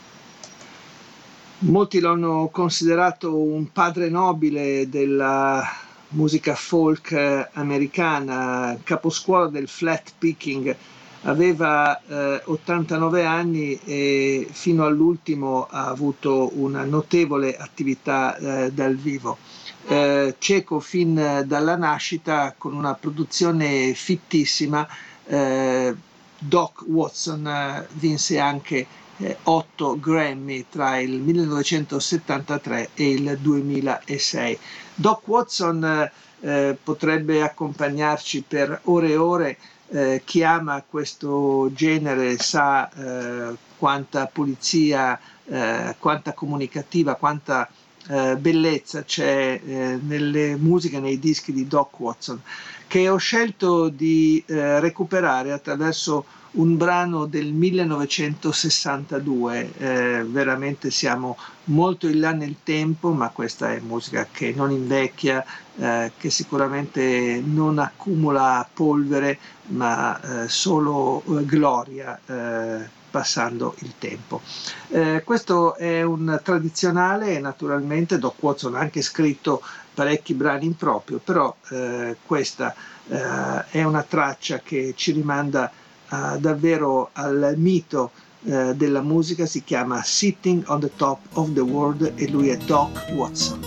Molti lo hanno considerato un padre nobile della musica folk americana, caposcuola del flat picking. Aveva eh, ottantanove anni e fino all'ultimo ha avuto una notevole attività eh, dal vivo. Eh, cieco fin dalla nascita, con una produzione fittissima, eh, Doc Watson eh, vinse anche eh, otto Grammy tra il millenovecentosettantatré e il duemilasei. Doc Watson eh, potrebbe accompagnarci per ore e ore. Eh, chi ama questo genere sa eh, quanta pulizia, eh, quanta comunicativa, quanta eh, bellezza c'è eh, nelle musiche, nei dischi di Doc Watson, che ho scelto di eh, recuperare attraverso un brano del millenovecentosessantadue. Eh, veramente siamo molto in là nel tempo, ma questa è musica che non invecchia, eh, che sicuramente non accumula polvere, ma eh, solo eh, gloria eh, passando il tempo. Eh, questo è un tradizionale, e naturalmente Doc Watson ha anche scritto parecchi brani in proprio, però eh, questa eh, è una traccia che ci rimanda Uh, davvero al mito uh, della musica. Si chiama Sitting on the Top of the World e lui è Doc Watson.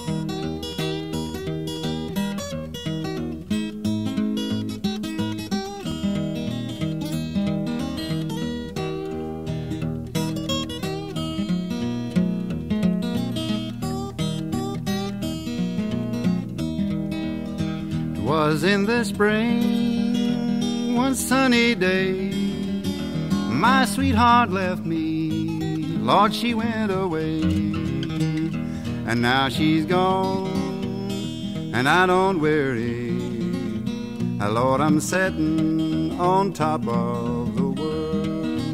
It was in the spring, one sunny day, my sweetheart left me, Lord, she went away. And now she's gone, and I don't worry, Lord, I'm sitting on top of the world.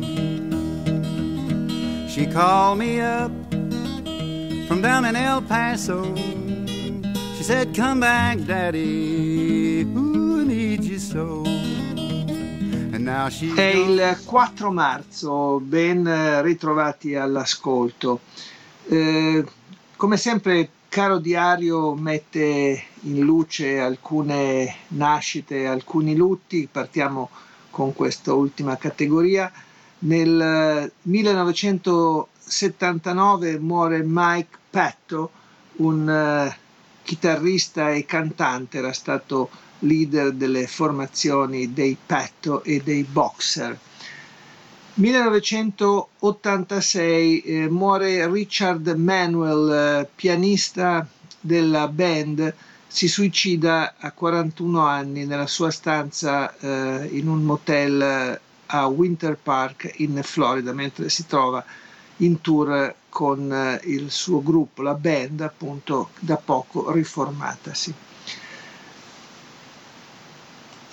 She called me up from down in El Paso, she said, come back, Daddy, ooh, I need you so. È il quattro marzo, ben ritrovati all'ascolto. Eh, come sempre, Caro Diario mette in luce alcune nascite, alcuni lutti. Partiamo con questa ultima categoria. Nel millenovecentosettantanove muore Mike Patton, un uh, chitarrista e cantante, era stato leader delle formazioni dei Patton e dei Boxer. millenovecentottantasei eh, muore Richard Manuel, eh, pianista della band. Si suicida a quarantuno anni nella sua stanza eh, in un motel a Winter Park in Florida, mentre si trova in tour con eh, il suo gruppo, la band appunto da poco riformatasi.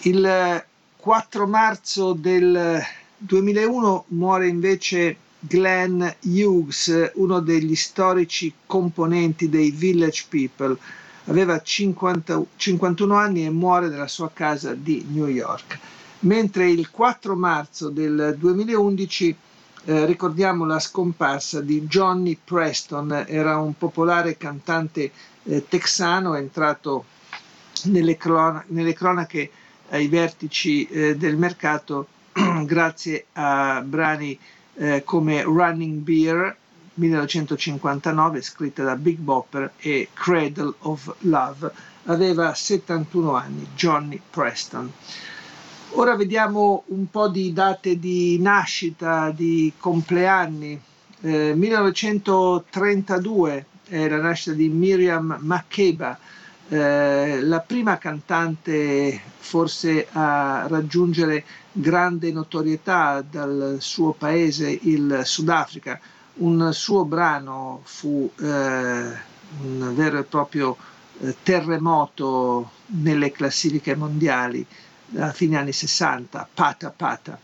Il quattro marzo del duemilauno muore invece Glenn Hughes, uno degli storici componenti dei Village People. Aveva cinquanta, cinquantuno anni e muore nella sua casa di New York. Mentre il quattro marzo del duemilaundici eh, ricordiamo la scomparsa di Johnny Preston. Era un popolare cantante eh, texano, entrato nelle, cron- nelle cronache ai vertici eh, del mercato grazie a brani eh, come Running Beer millenovecentocinquantanove, scritta da Big Bopper, e Cradle of Love. Aveva settantuno anni, Johnny Preston. Ora vediamo un po' di date di nascita, di compleanni. Eh, millenovecentotrentadue è la nascita di Miriam Makeba, eh, la prima cantante forse a raggiungere grande notorietà dal suo paese, il Sudafrica. Un suo brano fu eh, un vero e proprio eh, terremoto nelle classifiche mondiali a fine anni sessanta, Pata Pata.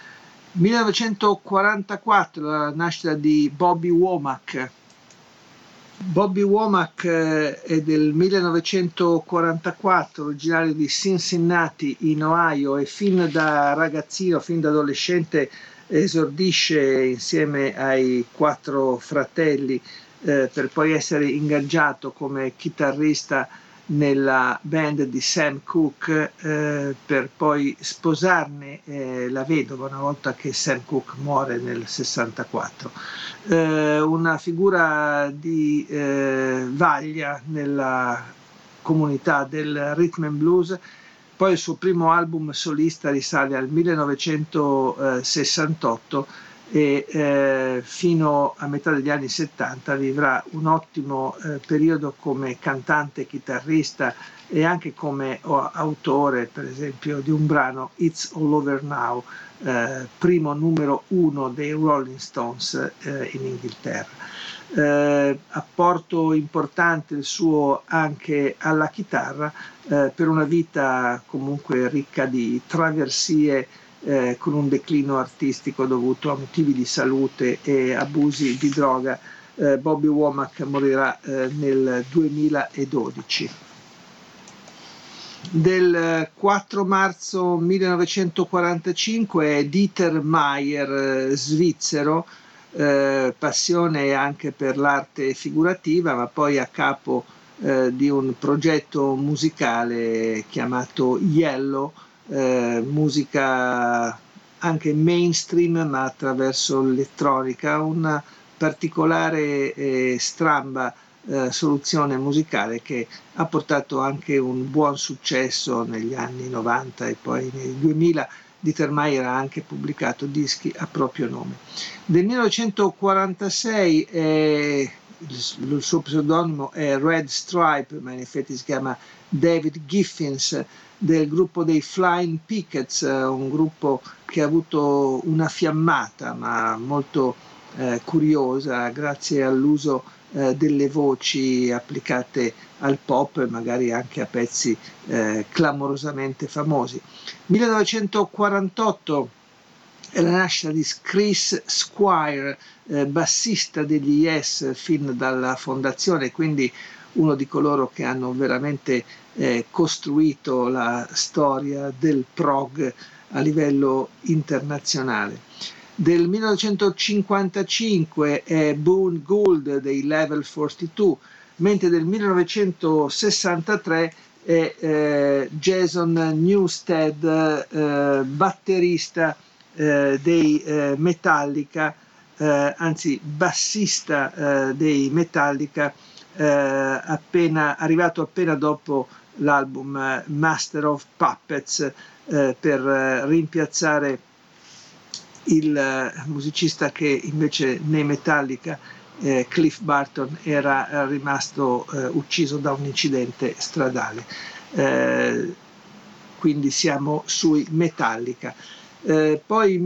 millenovecentoquarantaquattro, la nascita di Bobby Womack. Bobby Womack eh, è del millenovecentoquarantaquattro, originario di Cincinnati in Ohio, e fin da ragazzino, fin da adolescente esordisce insieme ai quattro fratelli eh, per poi essere ingaggiato come chitarrista nella band di Sam Cooke, eh, per poi sposarne eh, la vedova una volta che Sam Cooke muore nel sessantaquattro. Eh, una figura di eh, vaglia nella comunità del rhythm and blues. Poi il suo primo album solista risale al millenovecentosessantotto e eh, fino a metà degli anni settanta vivrà un ottimo eh, periodo come cantante, chitarrista e anche come autore, per esempio, di un brano, It's All Over Now, eh, primo numero uno dei Rolling Stones eh, in Inghilterra. Eh, apporto importante il suo anche alla chitarra, eh, per una vita comunque ricca di traversie, eh, con un declino artistico dovuto a motivi di salute e abusi di droga. eh, Bobby Womack morirà eh, nel duemiladodici. Del quattro marzo millenovecentoquarantacinque è Dieter Meier, svizzero, eh, passione anche per l'arte figurativa, ma poi a capo eh, di un progetto musicale chiamato Yellow, eh, musica anche mainstream ma attraverso l'elettronica, una particolare e stramba eh, soluzione musicale che ha portato anche un buon successo negli anni novanta e poi nel duemila. Dieter Meier ha anche pubblicato dischi a proprio nome. Del millenovecentoquarantasei è, il, il suo pseudonimo è Red Stripe, ma in effetti si chiama David Giffins, del gruppo dei Flying Pickets, un gruppo che ha avuto una fiammata ma molto eh, curiosa grazie all'uso eh, delle voci applicate al pop e magari anche a pezzi eh, clamorosamente famosi. millenovecentoquarantotto è la nascita di Chris Squire, eh, bassista degli Yes fin dalla fondazione, quindi uno di coloro che hanno veramente eh, costruito la storia del prog a livello internazionale. Del millenovecentocinquantacinque è Boone Gould dei Level quarantadue, mentre del millenovecentosessantatré è eh, Jason Newsted, eh, batterista eh, dei eh, Metallica, eh, anzi bassista eh, dei Metallica, eh, appena, arrivato appena dopo l'album eh, Master of Puppets, eh, per eh, rimpiazzare il eh, musicista che invece nei Metallica, eh, Cliff Burton, era eh, rimasto eh, ucciso da un incidente stradale. Eh, quindi siamo sui Metallica. Eh, poi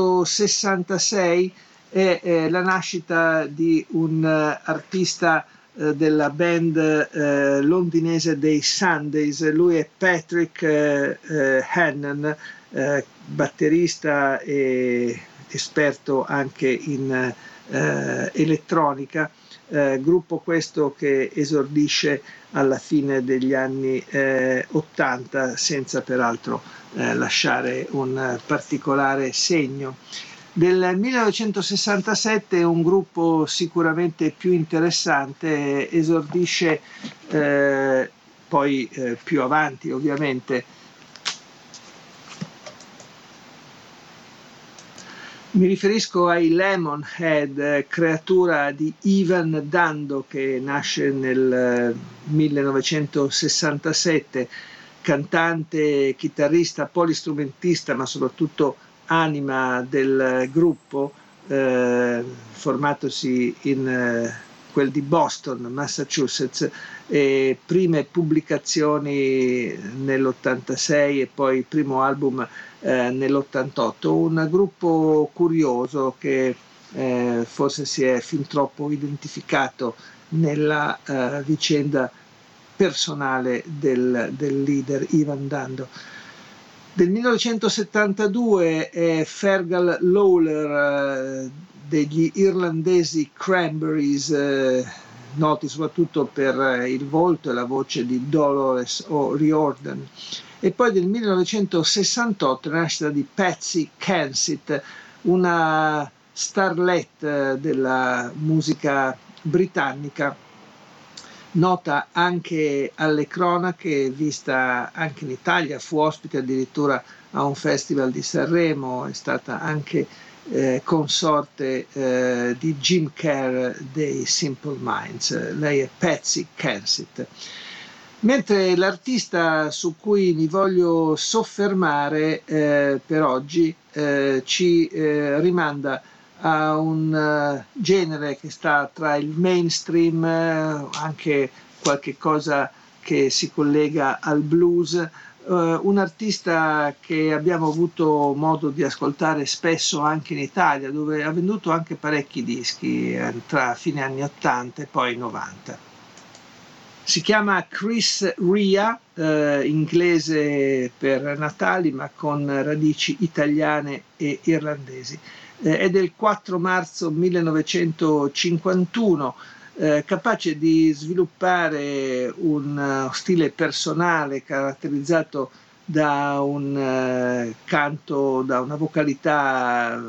millenovecentosessantasei è eh, la nascita di un uh, artista eh, della band eh, londinese dei Sundays. Lui è Patrick eh, eh, Hannon, eh, batterista e esperto anche in eh, elettronica, eh, gruppo questo che esordisce alla fine degli anni eh, ottanta senza peraltro eh, lasciare un particolare segno. Del millenovecentosessantasette un gruppo sicuramente più interessante esordisce eh, poi eh, più avanti ovviamente. Mi riferisco ai Lemonhead, creatura di Ivan Dando che nasce nel millenovecentosessantasette, cantante, chitarrista, polistrumentista, ma soprattutto anima del gruppo, eh, formatosi in eh, quel di Boston, Massachusetts, e prime pubblicazioni nell'ottantasei e poi il primo album eh, nell'ottantotto. Un gruppo curioso che eh, forse si è fin troppo identificato nella eh, vicenda personale del, del leader Ivan Dando. Del millenovecentosettantadue è Fergal Lawler eh, degli irlandesi Cranberries, eh, noti soprattutto per il volto e la voce di Dolores O'Riordan. E poi del millenovecentosessantotto la nascita di Patsy Kensit, una starlet della musica britannica, nota anche alle cronache, vista anche in Italia, fu ospite addirittura a un festival di Sanremo, è stata anche eh, consorte eh, di Jim Kerr dei Simple Minds. Lei è Patsy Kensit. Mentre l'artista su cui mi voglio soffermare eh, per oggi eh, ci eh, rimanda a un uh, genere che sta tra il mainstream, uh, anche qualche cosa che si collega al blues, uh, un artista che abbiamo avuto modo di ascoltare spesso anche in Italia, dove ha venduto anche parecchi dischi eh, tra fine anni ottanta e poi novanta. Si chiama Chris Rea, eh, inglese per natali ma con radici italiane e irlandesi. Eh, è del quattro marzo millenovecentocinquantuno, eh, capace di sviluppare un uh, stile personale caratterizzato da un uh, canto, da una vocalità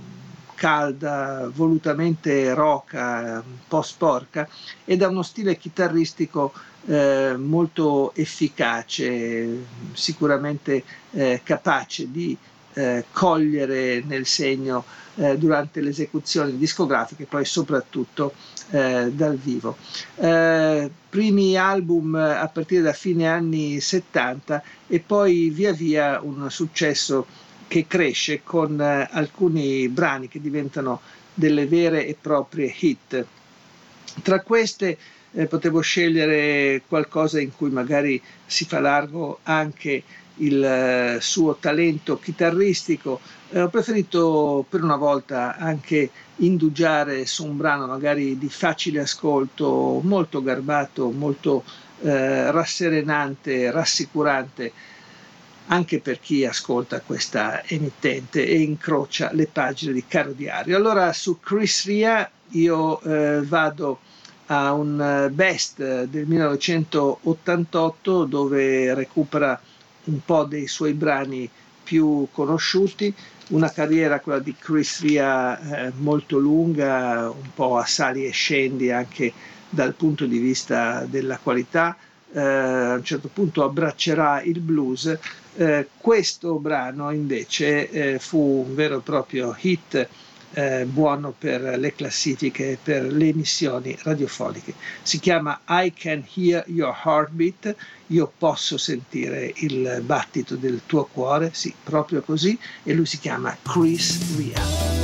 calda, volutamente roca, un po' sporca, e da uno stile chitarristico eh, molto efficace, sicuramente eh, capace di eh, cogliere nel segno eh, durante le esecuzioni discografiche, poi soprattutto eh, dal vivo. Eh, primi album a partire da fine anni settanta e poi via via un successo che cresce con eh, alcuni brani che diventano delle vere e proprie hit. Tra queste eh, potevo scegliere qualcosa in cui magari si fa largo anche il eh, suo talento chitarristico. Eh, ho preferito per una volta anche indugiare su un brano magari di facile ascolto, molto garbato, molto eh, rasserenante, rassicurante, anche per chi ascolta questa emittente e incrocia le pagine di Caro Diario. Allora su Chris Rea io eh, vado a un best del millenovecentottantotto dove recupera un po' dei suoi brani più conosciuti, una carriera, quella di Chris Rea, eh, molto lunga, un po' a sali e scendi anche dal punto di vista della qualità. Eh, a un certo punto abbraccerà il blues. Eh, questo brano invece eh, fu un vero e proprio hit, eh, buono per le classifiche, per le emissioni radiofoliche. Si chiama I Can Hear Your Heartbeat, io posso sentire il battito del tuo cuore, sì, proprio così, e lui si chiama Chris Rea.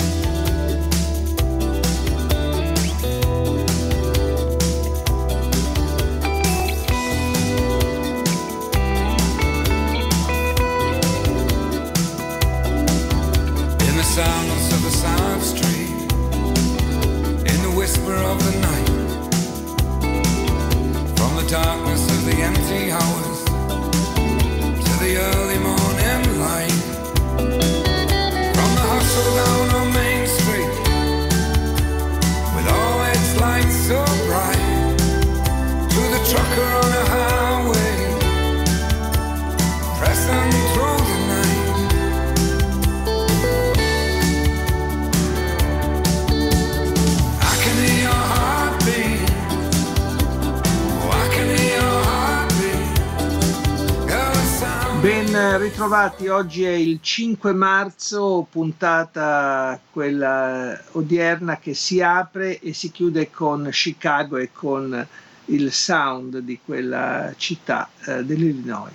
Sounds of the silent street, in the whisper of the night, darkness of the empty hours to the early morning light. From the hustle down on Main Street with all its lights so bright, to the trucker on a highway pressing through the night. I can hear your heartbeat. Oh, I can hear your heartbeat. Girl, the sound. Ben ritrovati, oggi è il cinque marzo, puntata quella odierna che si apre e si chiude con Chicago e con il sound di quella città eh, dell'Illinois.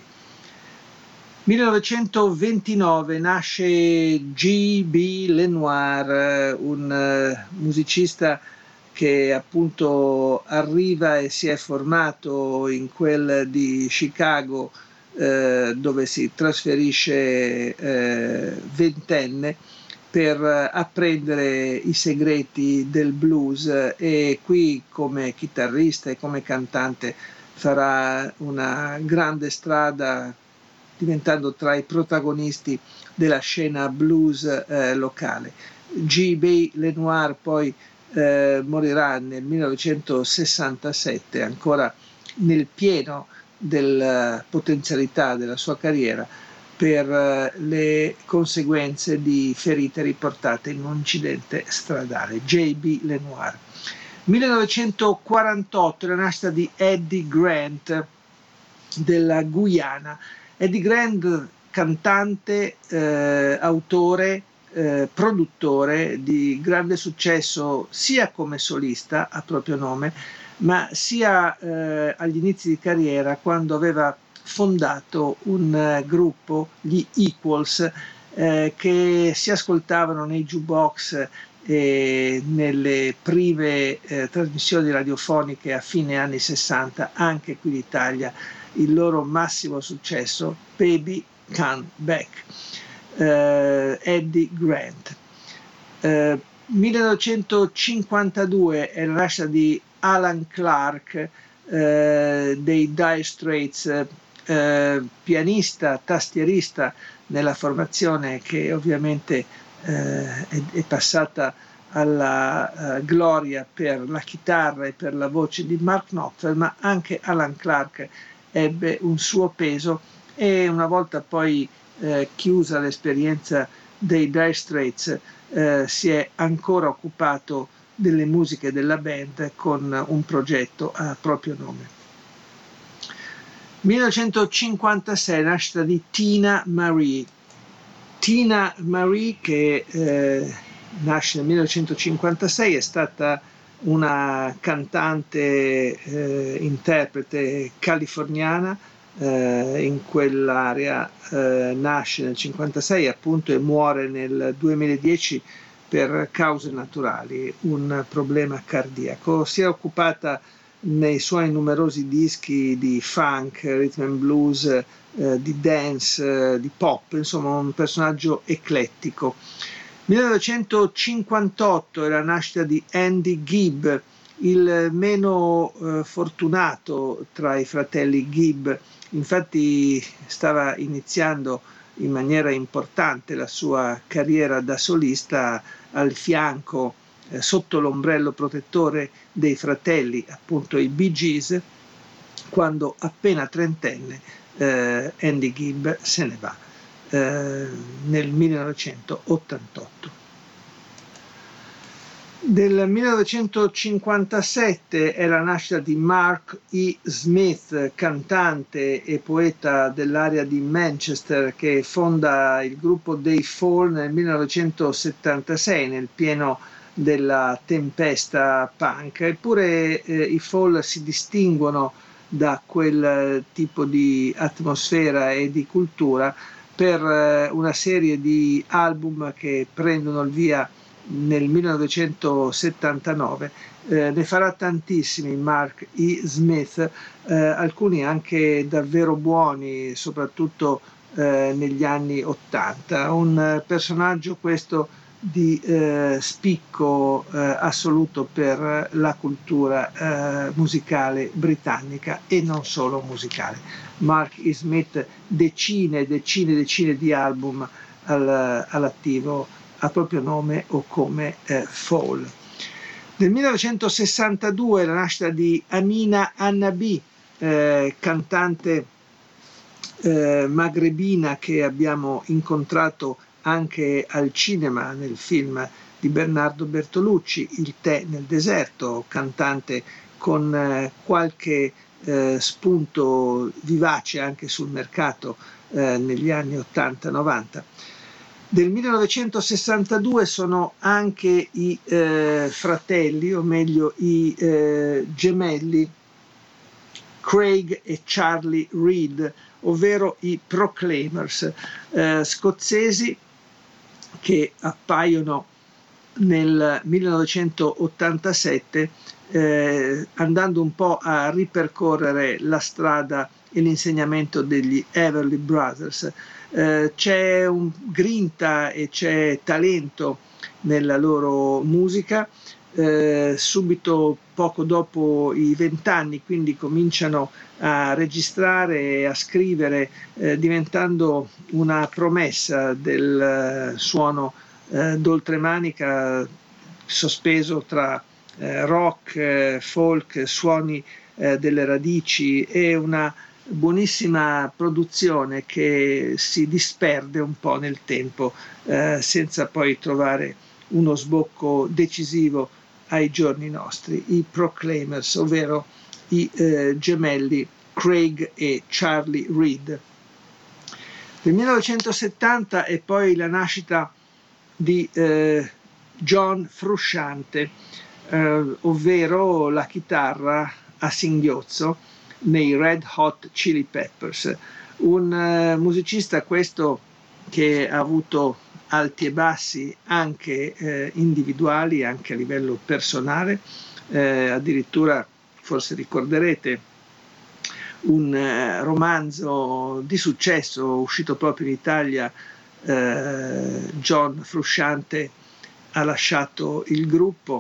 millenovecentoventinove nasce G B Lenoir, un uh, musicista che appunto arriva e si è formato in quel di Chicago, eh, dove si trasferisce eh, ventenne per apprendere i segreti del blues, e qui come chitarrista e come cantante farà una grande strada, diventando tra i protagonisti della scena blues eh, locale. G B Lenoir poi eh, morirà nel millenovecentosessantasette, ancora nel pieno della potenzialità della sua carriera, per eh, le conseguenze di ferite riportate in un incidente stradale. J B Lenoir. millenovecentoquarantotto, la nascita di Eddie Grant della Guyana. Eddie Grant, cantante, eh, autore, eh, produttore di grande successo sia come solista a proprio nome, ma sia eh, agli inizi di carriera, quando aveva fondato un uh, gruppo, gli Equals, eh, che si ascoltavano nei jukebox e nelle prime eh, trasmissioni radiofoniche a fine anni sessanta, anche qui in Italia. Il loro massimo successo, Baby Come Back. uh, Eddie Grant. uh, millenovecentocinquantadue è la nascita di Alan Clark uh, dei Dire Straits, uh, pianista, tastierista nella formazione che ovviamente uh, è, è passata alla uh, gloria per la chitarra e per la voce di Mark Knopfler, ma anche Alan Clark ebbe un suo peso, e una volta poi eh, chiusa l'esperienza dei Dire Straits eh, si è ancora occupato delle musiche della band con un progetto a proprio nome. millenovecentocinquantasei, nascita di Tina Marie. Tina Marie, che eh, nasce nel millenovecentocinquantasei, è stata una cantante, eh, interprete californiana. Eh, in quell'area eh, nasce nel cinquantasei appunto e muore nel duemiladieci per cause naturali, un problema cardiaco. Si è occupata nei suoi numerosi dischi di funk, rhythm and blues, eh, di dance, eh, di pop, insomma un personaggio eclettico. millenovecentocinquantotto è la nascita di Andy Gibb, il meno eh, fortunato tra i fratelli Gibb. Infatti stava iniziando in maniera importante la sua carriera da solista al fianco, eh, sotto l'ombrello protettore dei fratelli, appunto i Bee Gees, quando appena trentenne eh, Andy Gibb se ne va eh, nel millenovecentottantotto. Del millenovecentocinquantasette è la nascita di Mark E. Smith, cantante e poeta dell'area di Manchester, che fonda il gruppo dei Fall nel millenovecentosettantasei, nel pieno della tempesta punk. Eppure eh, i Fall si distinguono da quel tipo di atmosfera e di cultura per eh, una serie di album che prendono il via nel millenovecentosettantanove. Eh, ne farà tantissimi Mark E. Smith, eh, alcuni anche davvero buoni, soprattutto eh, negli anni ottanta. Un personaggio questo di eh, spicco eh, assoluto per la cultura eh, musicale britannica e non solo musicale. Mark E. Smith, decine e decine e decine di album al, all'attivo a proprio nome o come eh, Fall. Nel millenovecentosessantadue la nascita di Amina Annabi, eh, cantante eh, magrebina che abbiamo incontrato anche al cinema nel film di Bernardo Bertolucci, Il tè nel deserto, cantante con eh, qualche eh, spunto vivace anche sul mercato eh, negli anni ottanta novanta. Del millenovecentosessantadue sono anche i eh, fratelli, o meglio i eh, gemelli Craig e Charlie Reid, ovvero i Proclaimers, eh, scozzesi che appaiono nel millenovecentottantasette eh, andando un po' a ripercorrere la strada e l'insegnamento degli Everly Brothers. Eh, c'è un grinta e c'è talento nella loro musica. Eh, subito poco dopo i vent'anni quindi cominciano a registrare e a scrivere, eh, diventando una promessa del uh, suono uh, d'oltremanica sospeso tra uh, rock, uh, folk, suoni uh, delle radici e una buonissima produzione che si disperde un po' nel tempo uh, senza poi trovare uno sbocco decisivo ai giorni nostri. I Proclaimers, ovvero i eh, gemelli Craig e Charlie Reid. Nel millenovecentosettanta è poi la nascita di eh, John Frusciante, eh, ovvero la chitarra a singhiozzo nei Red Hot Chili Peppers, un eh, musicista questo che ha avuto alti e bassi anche eh, individuali, anche a livello personale, eh, addirittura forse ricorderete un eh, romanzo di successo uscito proprio in Italia, eh, John Frusciante ha lasciato il gruppo.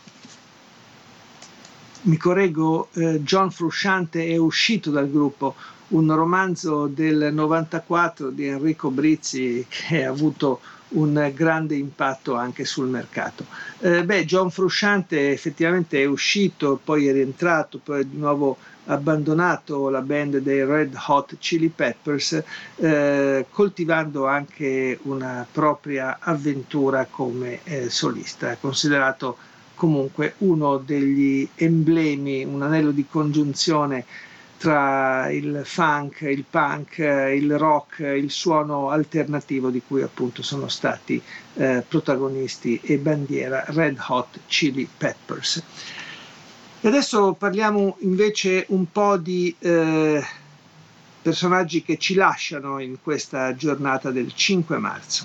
Mi correggo, eh, John Frusciante è uscito dal gruppo, un romanzo del novantaquattro di Enrico Brizzi che ha avuto un grande impatto anche sul mercato. Eh, beh, John Frusciante effettivamente è uscito, poi è rientrato, poi è di nuovo abbandonato la band dei Red Hot Chili Peppers, eh, coltivando anche una propria avventura come eh, solista. È considerato comunque uno degli emblemi, un anello di congiunzione tra il funk, il punk, il rock, il suono alternativo di cui appunto sono stati eh, protagonisti e bandiera Red Hot Chili Peppers. E adesso parliamo invece un po' di eh, personaggi che ci lasciano in questa giornata del cinque marzo.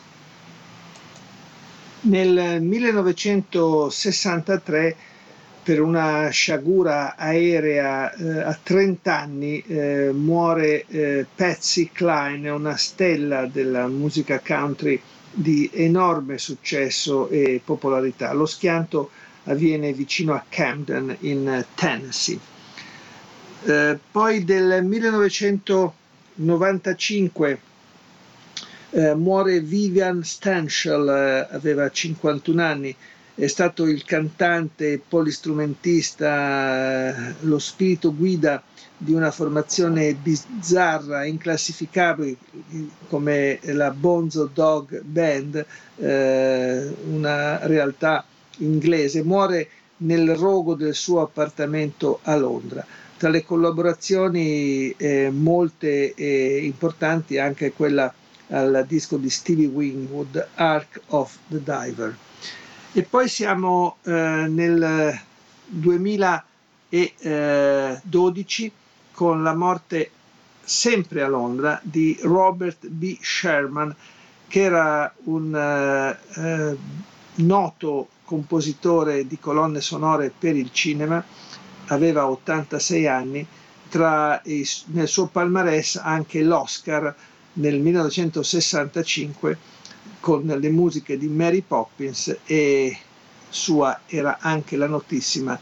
Nel millenovecentosessantatré, per una sciagura aerea eh, a trenta anni, eh, muore eh, Patsy Cline, una stella della musica country di enorme successo e popolarità. Lo schianto avviene vicino a Camden in Tennessee. Eh, poi del millenovecentonovantacinque eh, muore Vivian Stanshall, eh, aveva cinquantuno anni, è stato il cantante, polistrumentista, eh, lo spirito guida di una formazione bizzarra, inclassificabile come la Bonzo Dog Band, eh, una realtà inglese. Muore nel rogo del suo appartamento a Londra. Tra le collaborazioni eh, molte e importanti anche quella al disco di Stevie Winwood, Ark of the Diver. E poi siamo eh, nel duemiladodici con la morte sempre a Londra di Robert B. Sherman, che era un eh, eh, noto compositore di colonne sonore per il cinema, aveva ottantasei anni, tra i, nel suo palmarès anche l'Oscar nel millenovecentosessantacinque con le musiche di Mary Poppins, e sua era anche la notissima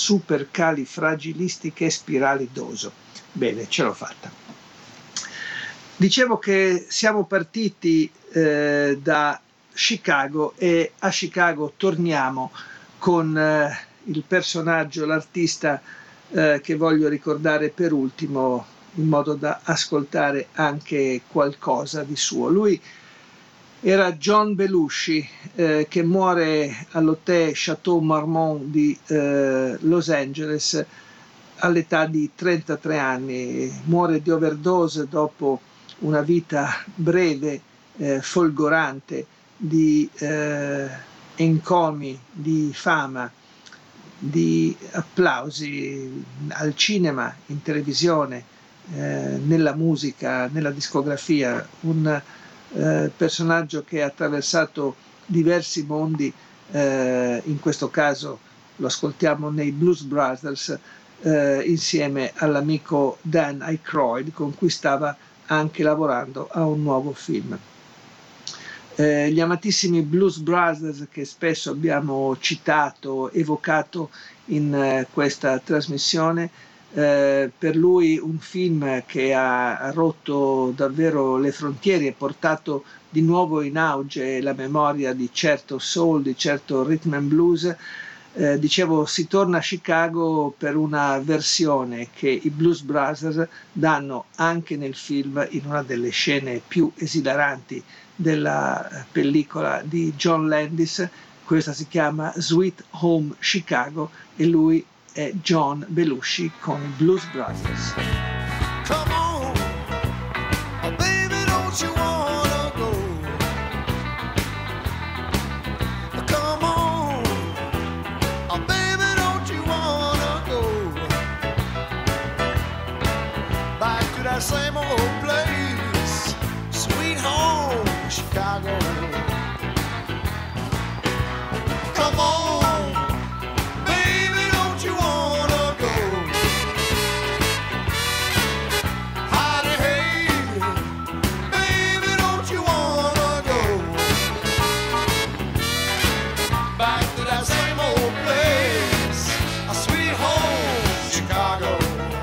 Supercalifragilistichespiralidoso. Bene, ce l'ho fatta. Dicevo che siamo partiti eh, da Chicago, e a Chicago torniamo con eh, il personaggio, l'artista eh, che voglio ricordare per ultimo, in modo da ascoltare anche qualcosa di suo. Lui era John Belushi, eh, che muore all'Hotel Chateau Marmont di eh, Los Angeles all'età di trentatré anni. Muore di overdose dopo una vita breve, eh, folgorante, di eh, encomi, di fama, di applausi al cinema, in televisione, eh, nella musica, nella discografia. Un eh, personaggio che ha attraversato diversi mondi, eh, in questo caso lo ascoltiamo nei Blues Brothers, eh, insieme all'amico Dan Aykroyd, con cui stava anche lavorando a un nuovo film. Eh, gli amatissimi Blues Brothers, che spesso abbiamo citato, evocato in eh, questa trasmissione, eh, per lui un film che ha rotto davvero le frontiere e portato di nuovo in auge la memoria di certo soul, di certo rhythm and blues. Eh, dicevo, si torna a Chicago per una versione che i Blues Brothers danno anche nel film, in una delle scene più esilaranti della pellicola di John Landis. Questa si chiama Sweet Home Chicago e lui è John Belushi con i Blues Brothers. Come on, oh baby, don't you wanna go? Come on, oh baby, don't you wanna go back to that same old place, sweet home Chicago. Come on, baby, don't you wanna go? Howdy, hey, baby, don't you wanna go back to that same old place, a sweet home Chicago?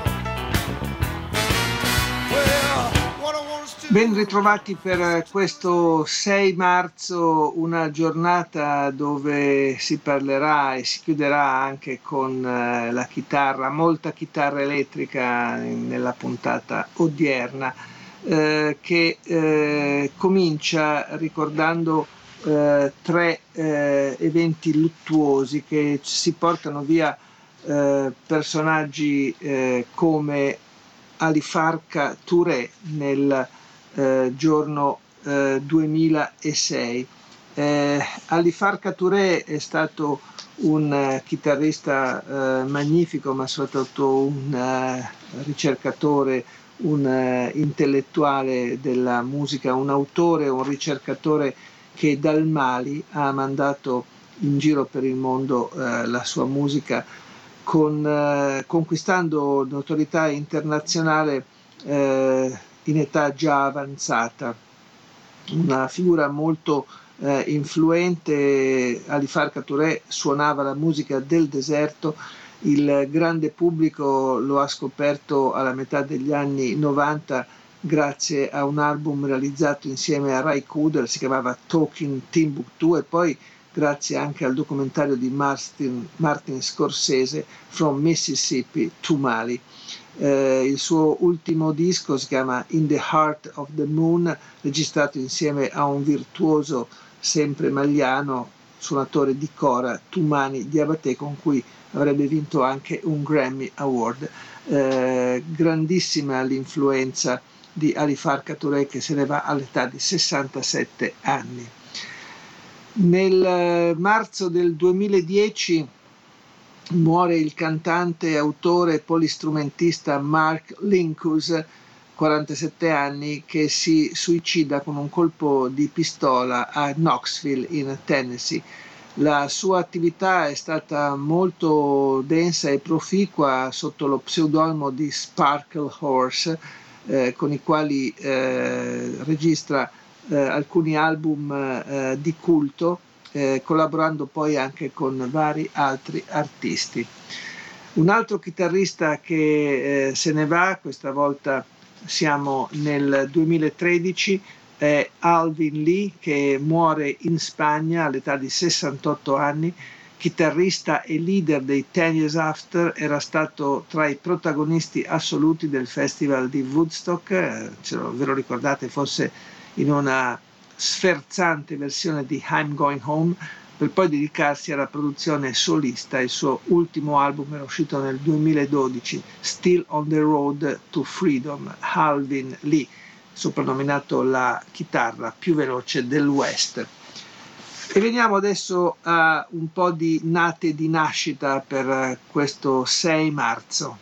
Well, what I want is to Ben ritrovati per questo sei marzo, una giornata dove si parlerà e si chiuderà anche con eh, la chitarra, molta chitarra elettrica nella puntata odierna, eh, che eh, comincia ricordando eh, tre eh, eventi luttuosi che si portano via eh, personaggi eh, come Ali Farka Touré nel eh, giorno eh, duemilasei. Eh, Ali Farka Touré è stato un eh, chitarrista eh, magnifico, ma soprattutto un eh, ricercatore, un eh, intellettuale della musica, un autore, un ricercatore che dal Mali ha mandato in giro per il mondo eh, la sua musica, con, eh, conquistando notorietà internazionale eh, in età già avanzata. Una figura molto eh, influente. Ali Farka Touré suonava la musica del deserto, il grande pubblico lo ha scoperto alla metà degli anni novanta grazie a un album realizzato insieme a Ry Cooder, si chiamava Talking Timbuktu, e poi grazie anche al documentario di Martin, Martin Scorsese, From Mississippi to Mali. Eh, il suo ultimo disco si chiama In the Heart of the Moon, registrato insieme a un virtuoso sempre maliano, suonatore di cora, Toumani Diabaté, con cui avrebbe vinto anche un Grammy Award. Eh, grandissima l'influenza di Ali Farka Touré, che se ne va all'età di sessantasette anni. Nel marzo del duemiladieci muore il cantante, autore e polistrumentista Mark Linkous, quarantasette anni, che si suicida con un colpo di pistola a Knoxville in Tennessee. La sua attività è stata molto densa e proficua sotto lo pseudonimo di Sparkle Horse, eh, con i quali eh, registra eh, alcuni album eh, di culto, eh, collaborando poi anche con vari altri artisti. Un altro chitarrista che eh, se ne va, questa volta siamo nel duemilatredici, è Alvin Lee, che muore in Spagna all'età di sessantotto anni. Chitarrista e leader dei Ten Years After, era stato tra i protagonisti assoluti del festival di Woodstock, eh, ce lo, ve lo ricordate forse in una sferzante versione di I'm Going Home, per poi dedicarsi alla produzione solista. Il suo ultimo album era uscito nel duemiladodici, Still on the Road to Freedom, Alvin Lee, soprannominato la chitarra più veloce del West. E veniamo adesso a un po' di nate e di nascita per questo sei marzo.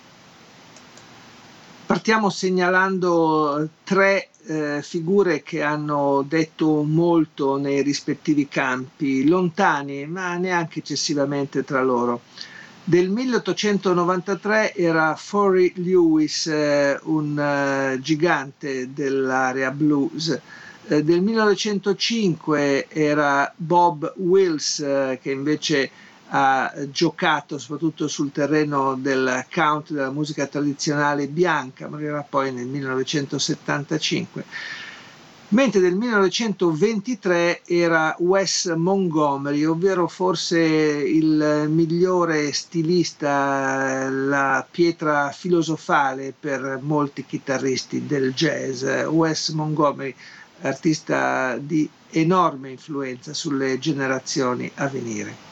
Partiamo segnalando tre eh, figure che hanno detto molto nei rispettivi campi, lontani ma neanche eccessivamente tra loro. Del milleottocentonovantatré era Forry Lewis, eh, un uh, gigante dell'area blues. Eh, del millenovecentocinque era Bob Wills, eh, che invece ha giocato soprattutto sul terreno del country, della musica tradizionale bianca, morirà poi nel millenovecentosettantacinque. Mentre del millenovecentoventitré era Wes Montgomery, ovvero forse il migliore stilista, la pietra filosofale per molti chitarristi del jazz. Wes Montgomery, artista di enorme influenza sulle generazioni a venire.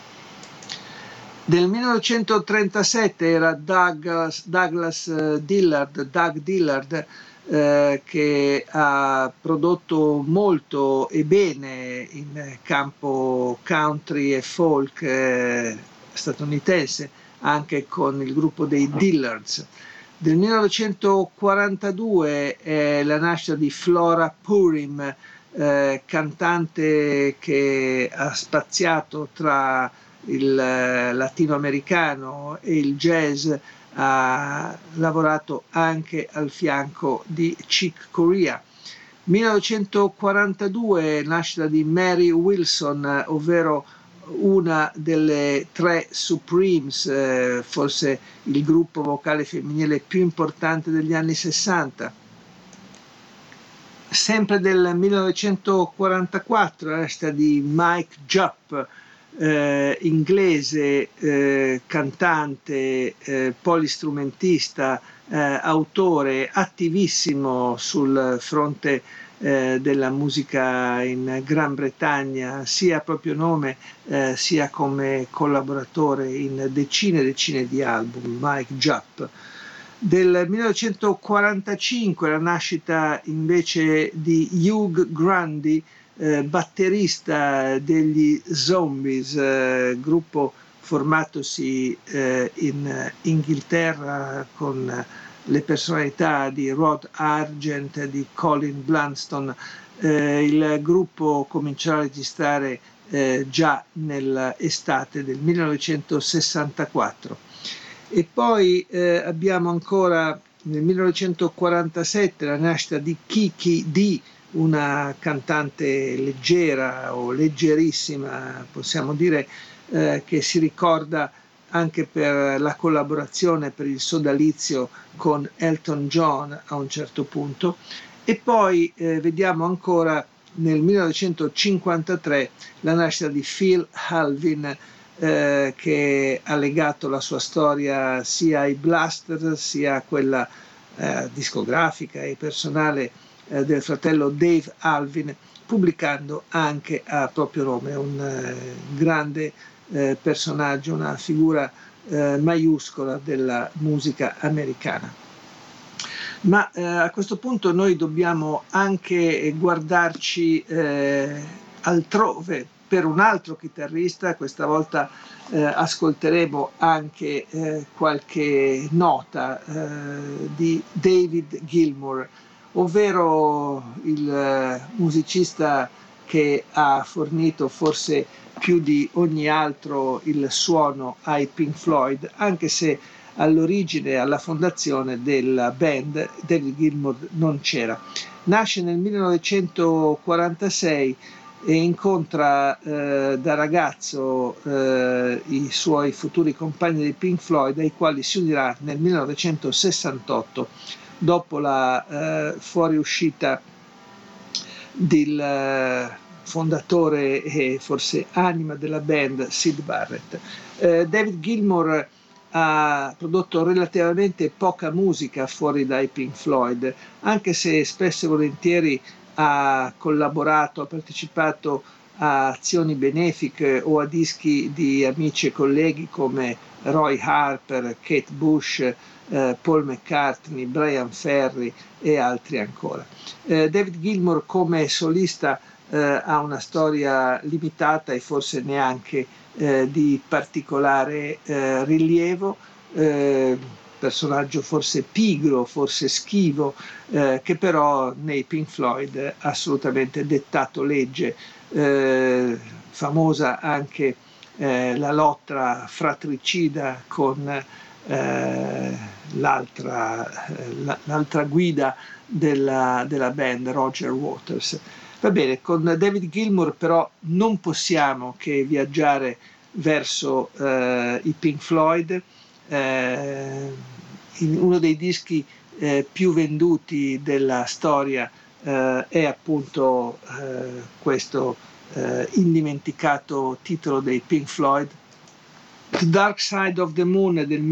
Del millenovecentotrentasette era Douglas, Douglas Dillard, Doug Dillard, eh, che ha prodotto molto e bene in campo country e folk eh, statunitense, anche con il gruppo dei Dillards. Del millenovecentoquarantadue è la nascita di Flora Purim, eh, cantante che ha spaziato tra il latinoamericano e il jazz, ha lavorato anche al fianco di Chick Corea. millenovecentoquarantadue nascita di Mary Wilson, ovvero una delle tre Supremes, eh, forse il gruppo vocale femminile più importante degli anni sessanta. Sempre del millenovecentoquarantaquattro la nascita di Mike Jupp, Eh, inglese, eh, cantante, eh, polistrumentista, eh, autore, attivissimo sul fronte eh, della musica in Gran Bretagna, sia a proprio nome eh, sia come collaboratore in decine e decine di album. Mike Jupp. Del millenovecentoquarantacinque la nascita invece di Hugh Grundy, Eh, batterista degli Zombies, eh, gruppo formatosi eh, in Inghilterra con le personalità di Rod Argent, di Colin Blunstone. Eh, il gruppo cominciò a registrare eh, già nell'estate del millenovecentosessantaquattro. E poi eh, abbiamo ancora nel millenovecentoquarantasette la nascita di Kiki Dee, una cantante leggera o leggerissima, possiamo dire, eh, che si ricorda anche per la collaborazione per il sodalizio con Elton John a un certo punto. E poi eh, vediamo ancora nel millenovecentocinquantatré la nascita di Phil Alvin, eh, che ha legato la sua storia sia ai Blasters sia a quella eh, discografica e personale del fratello Dave Alvin, pubblicando anche a proprio nome, un eh, grande eh, personaggio, una figura eh, maiuscola della musica americana. Ma eh, a questo punto noi dobbiamo anche guardarci eh, altrove per un altro chitarrista. Questa volta eh, ascolteremo anche eh, qualche nota eh, di David Gilmour, ovvero il musicista che ha fornito forse più di ogni altro il suono ai Pink Floyd, anche se all'origine, alla fondazione della band, David Gilmour non c'era. Nasce nel millenovecentoquarantasei e incontra eh, da ragazzo eh, i suoi futuri compagni dei Pink Floyd, ai quali si unirà nel millenovecentosessantotto dopo la eh, fuoriuscita del eh, fondatore e forse anima della band Syd Barrett. Eh, David Gilmour ha prodotto relativamente poca musica fuori dai Pink Floyd, anche se spesso e volentieri ha collaborato, ha partecipato a azioni benefiche o a dischi di amici e colleghi come Roy Harper, Kate Bush, eh, Paul McCartney, Brian Ferry e altri ancora. Eh, David Gilmour come solista eh, ha una storia limitata e forse neanche eh, di particolare eh, rilievo, eh, personaggio forse pigro, forse schivo, eh, che però nei Pink Floyd ha assolutamente dettato legge, eh, famosa anche eh, la lotta fratricida con eh, l'altra, eh, l'altra guida della, della band, Roger Waters. Va bene, con David Gilmour però non possiamo che viaggiare verso eh, i Pink Floyd. Eh, in uno dei dischi eh, più venduti della storia eh, è appunto eh, questo eh, indimenticato titolo dei Pink Floyd, The Dark Side of the Moon del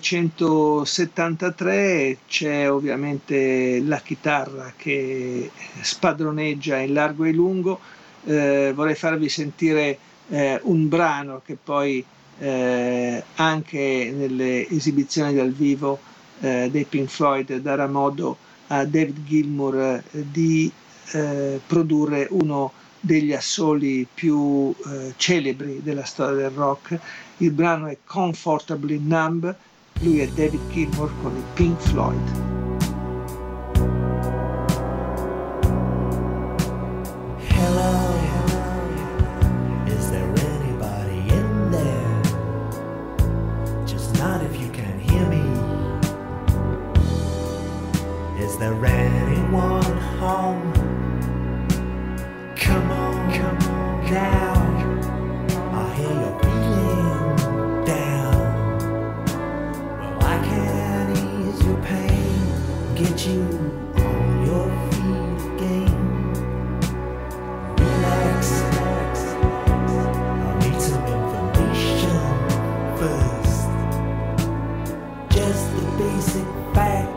millenovecentosettantatré. C'è ovviamente la chitarra che spadroneggia in largo e in lungo. Eh, vorrei farvi sentire eh, un brano che poi Eh, anche nelle esibizioni dal vivo eh, dei Pink Floyd darà modo a David Gilmour eh, di eh, produrre uno degli assoli più eh, celebri della storia del rock. Il brano è Comfortably Numb, lui è David Gilmour con i Pink Floyd. Is there anyone home? Come on, come on now. I hear you're feeling down. Well, I can ease your pain, get you on your feet again. Relax, relax. I need some information first. Just the basic facts.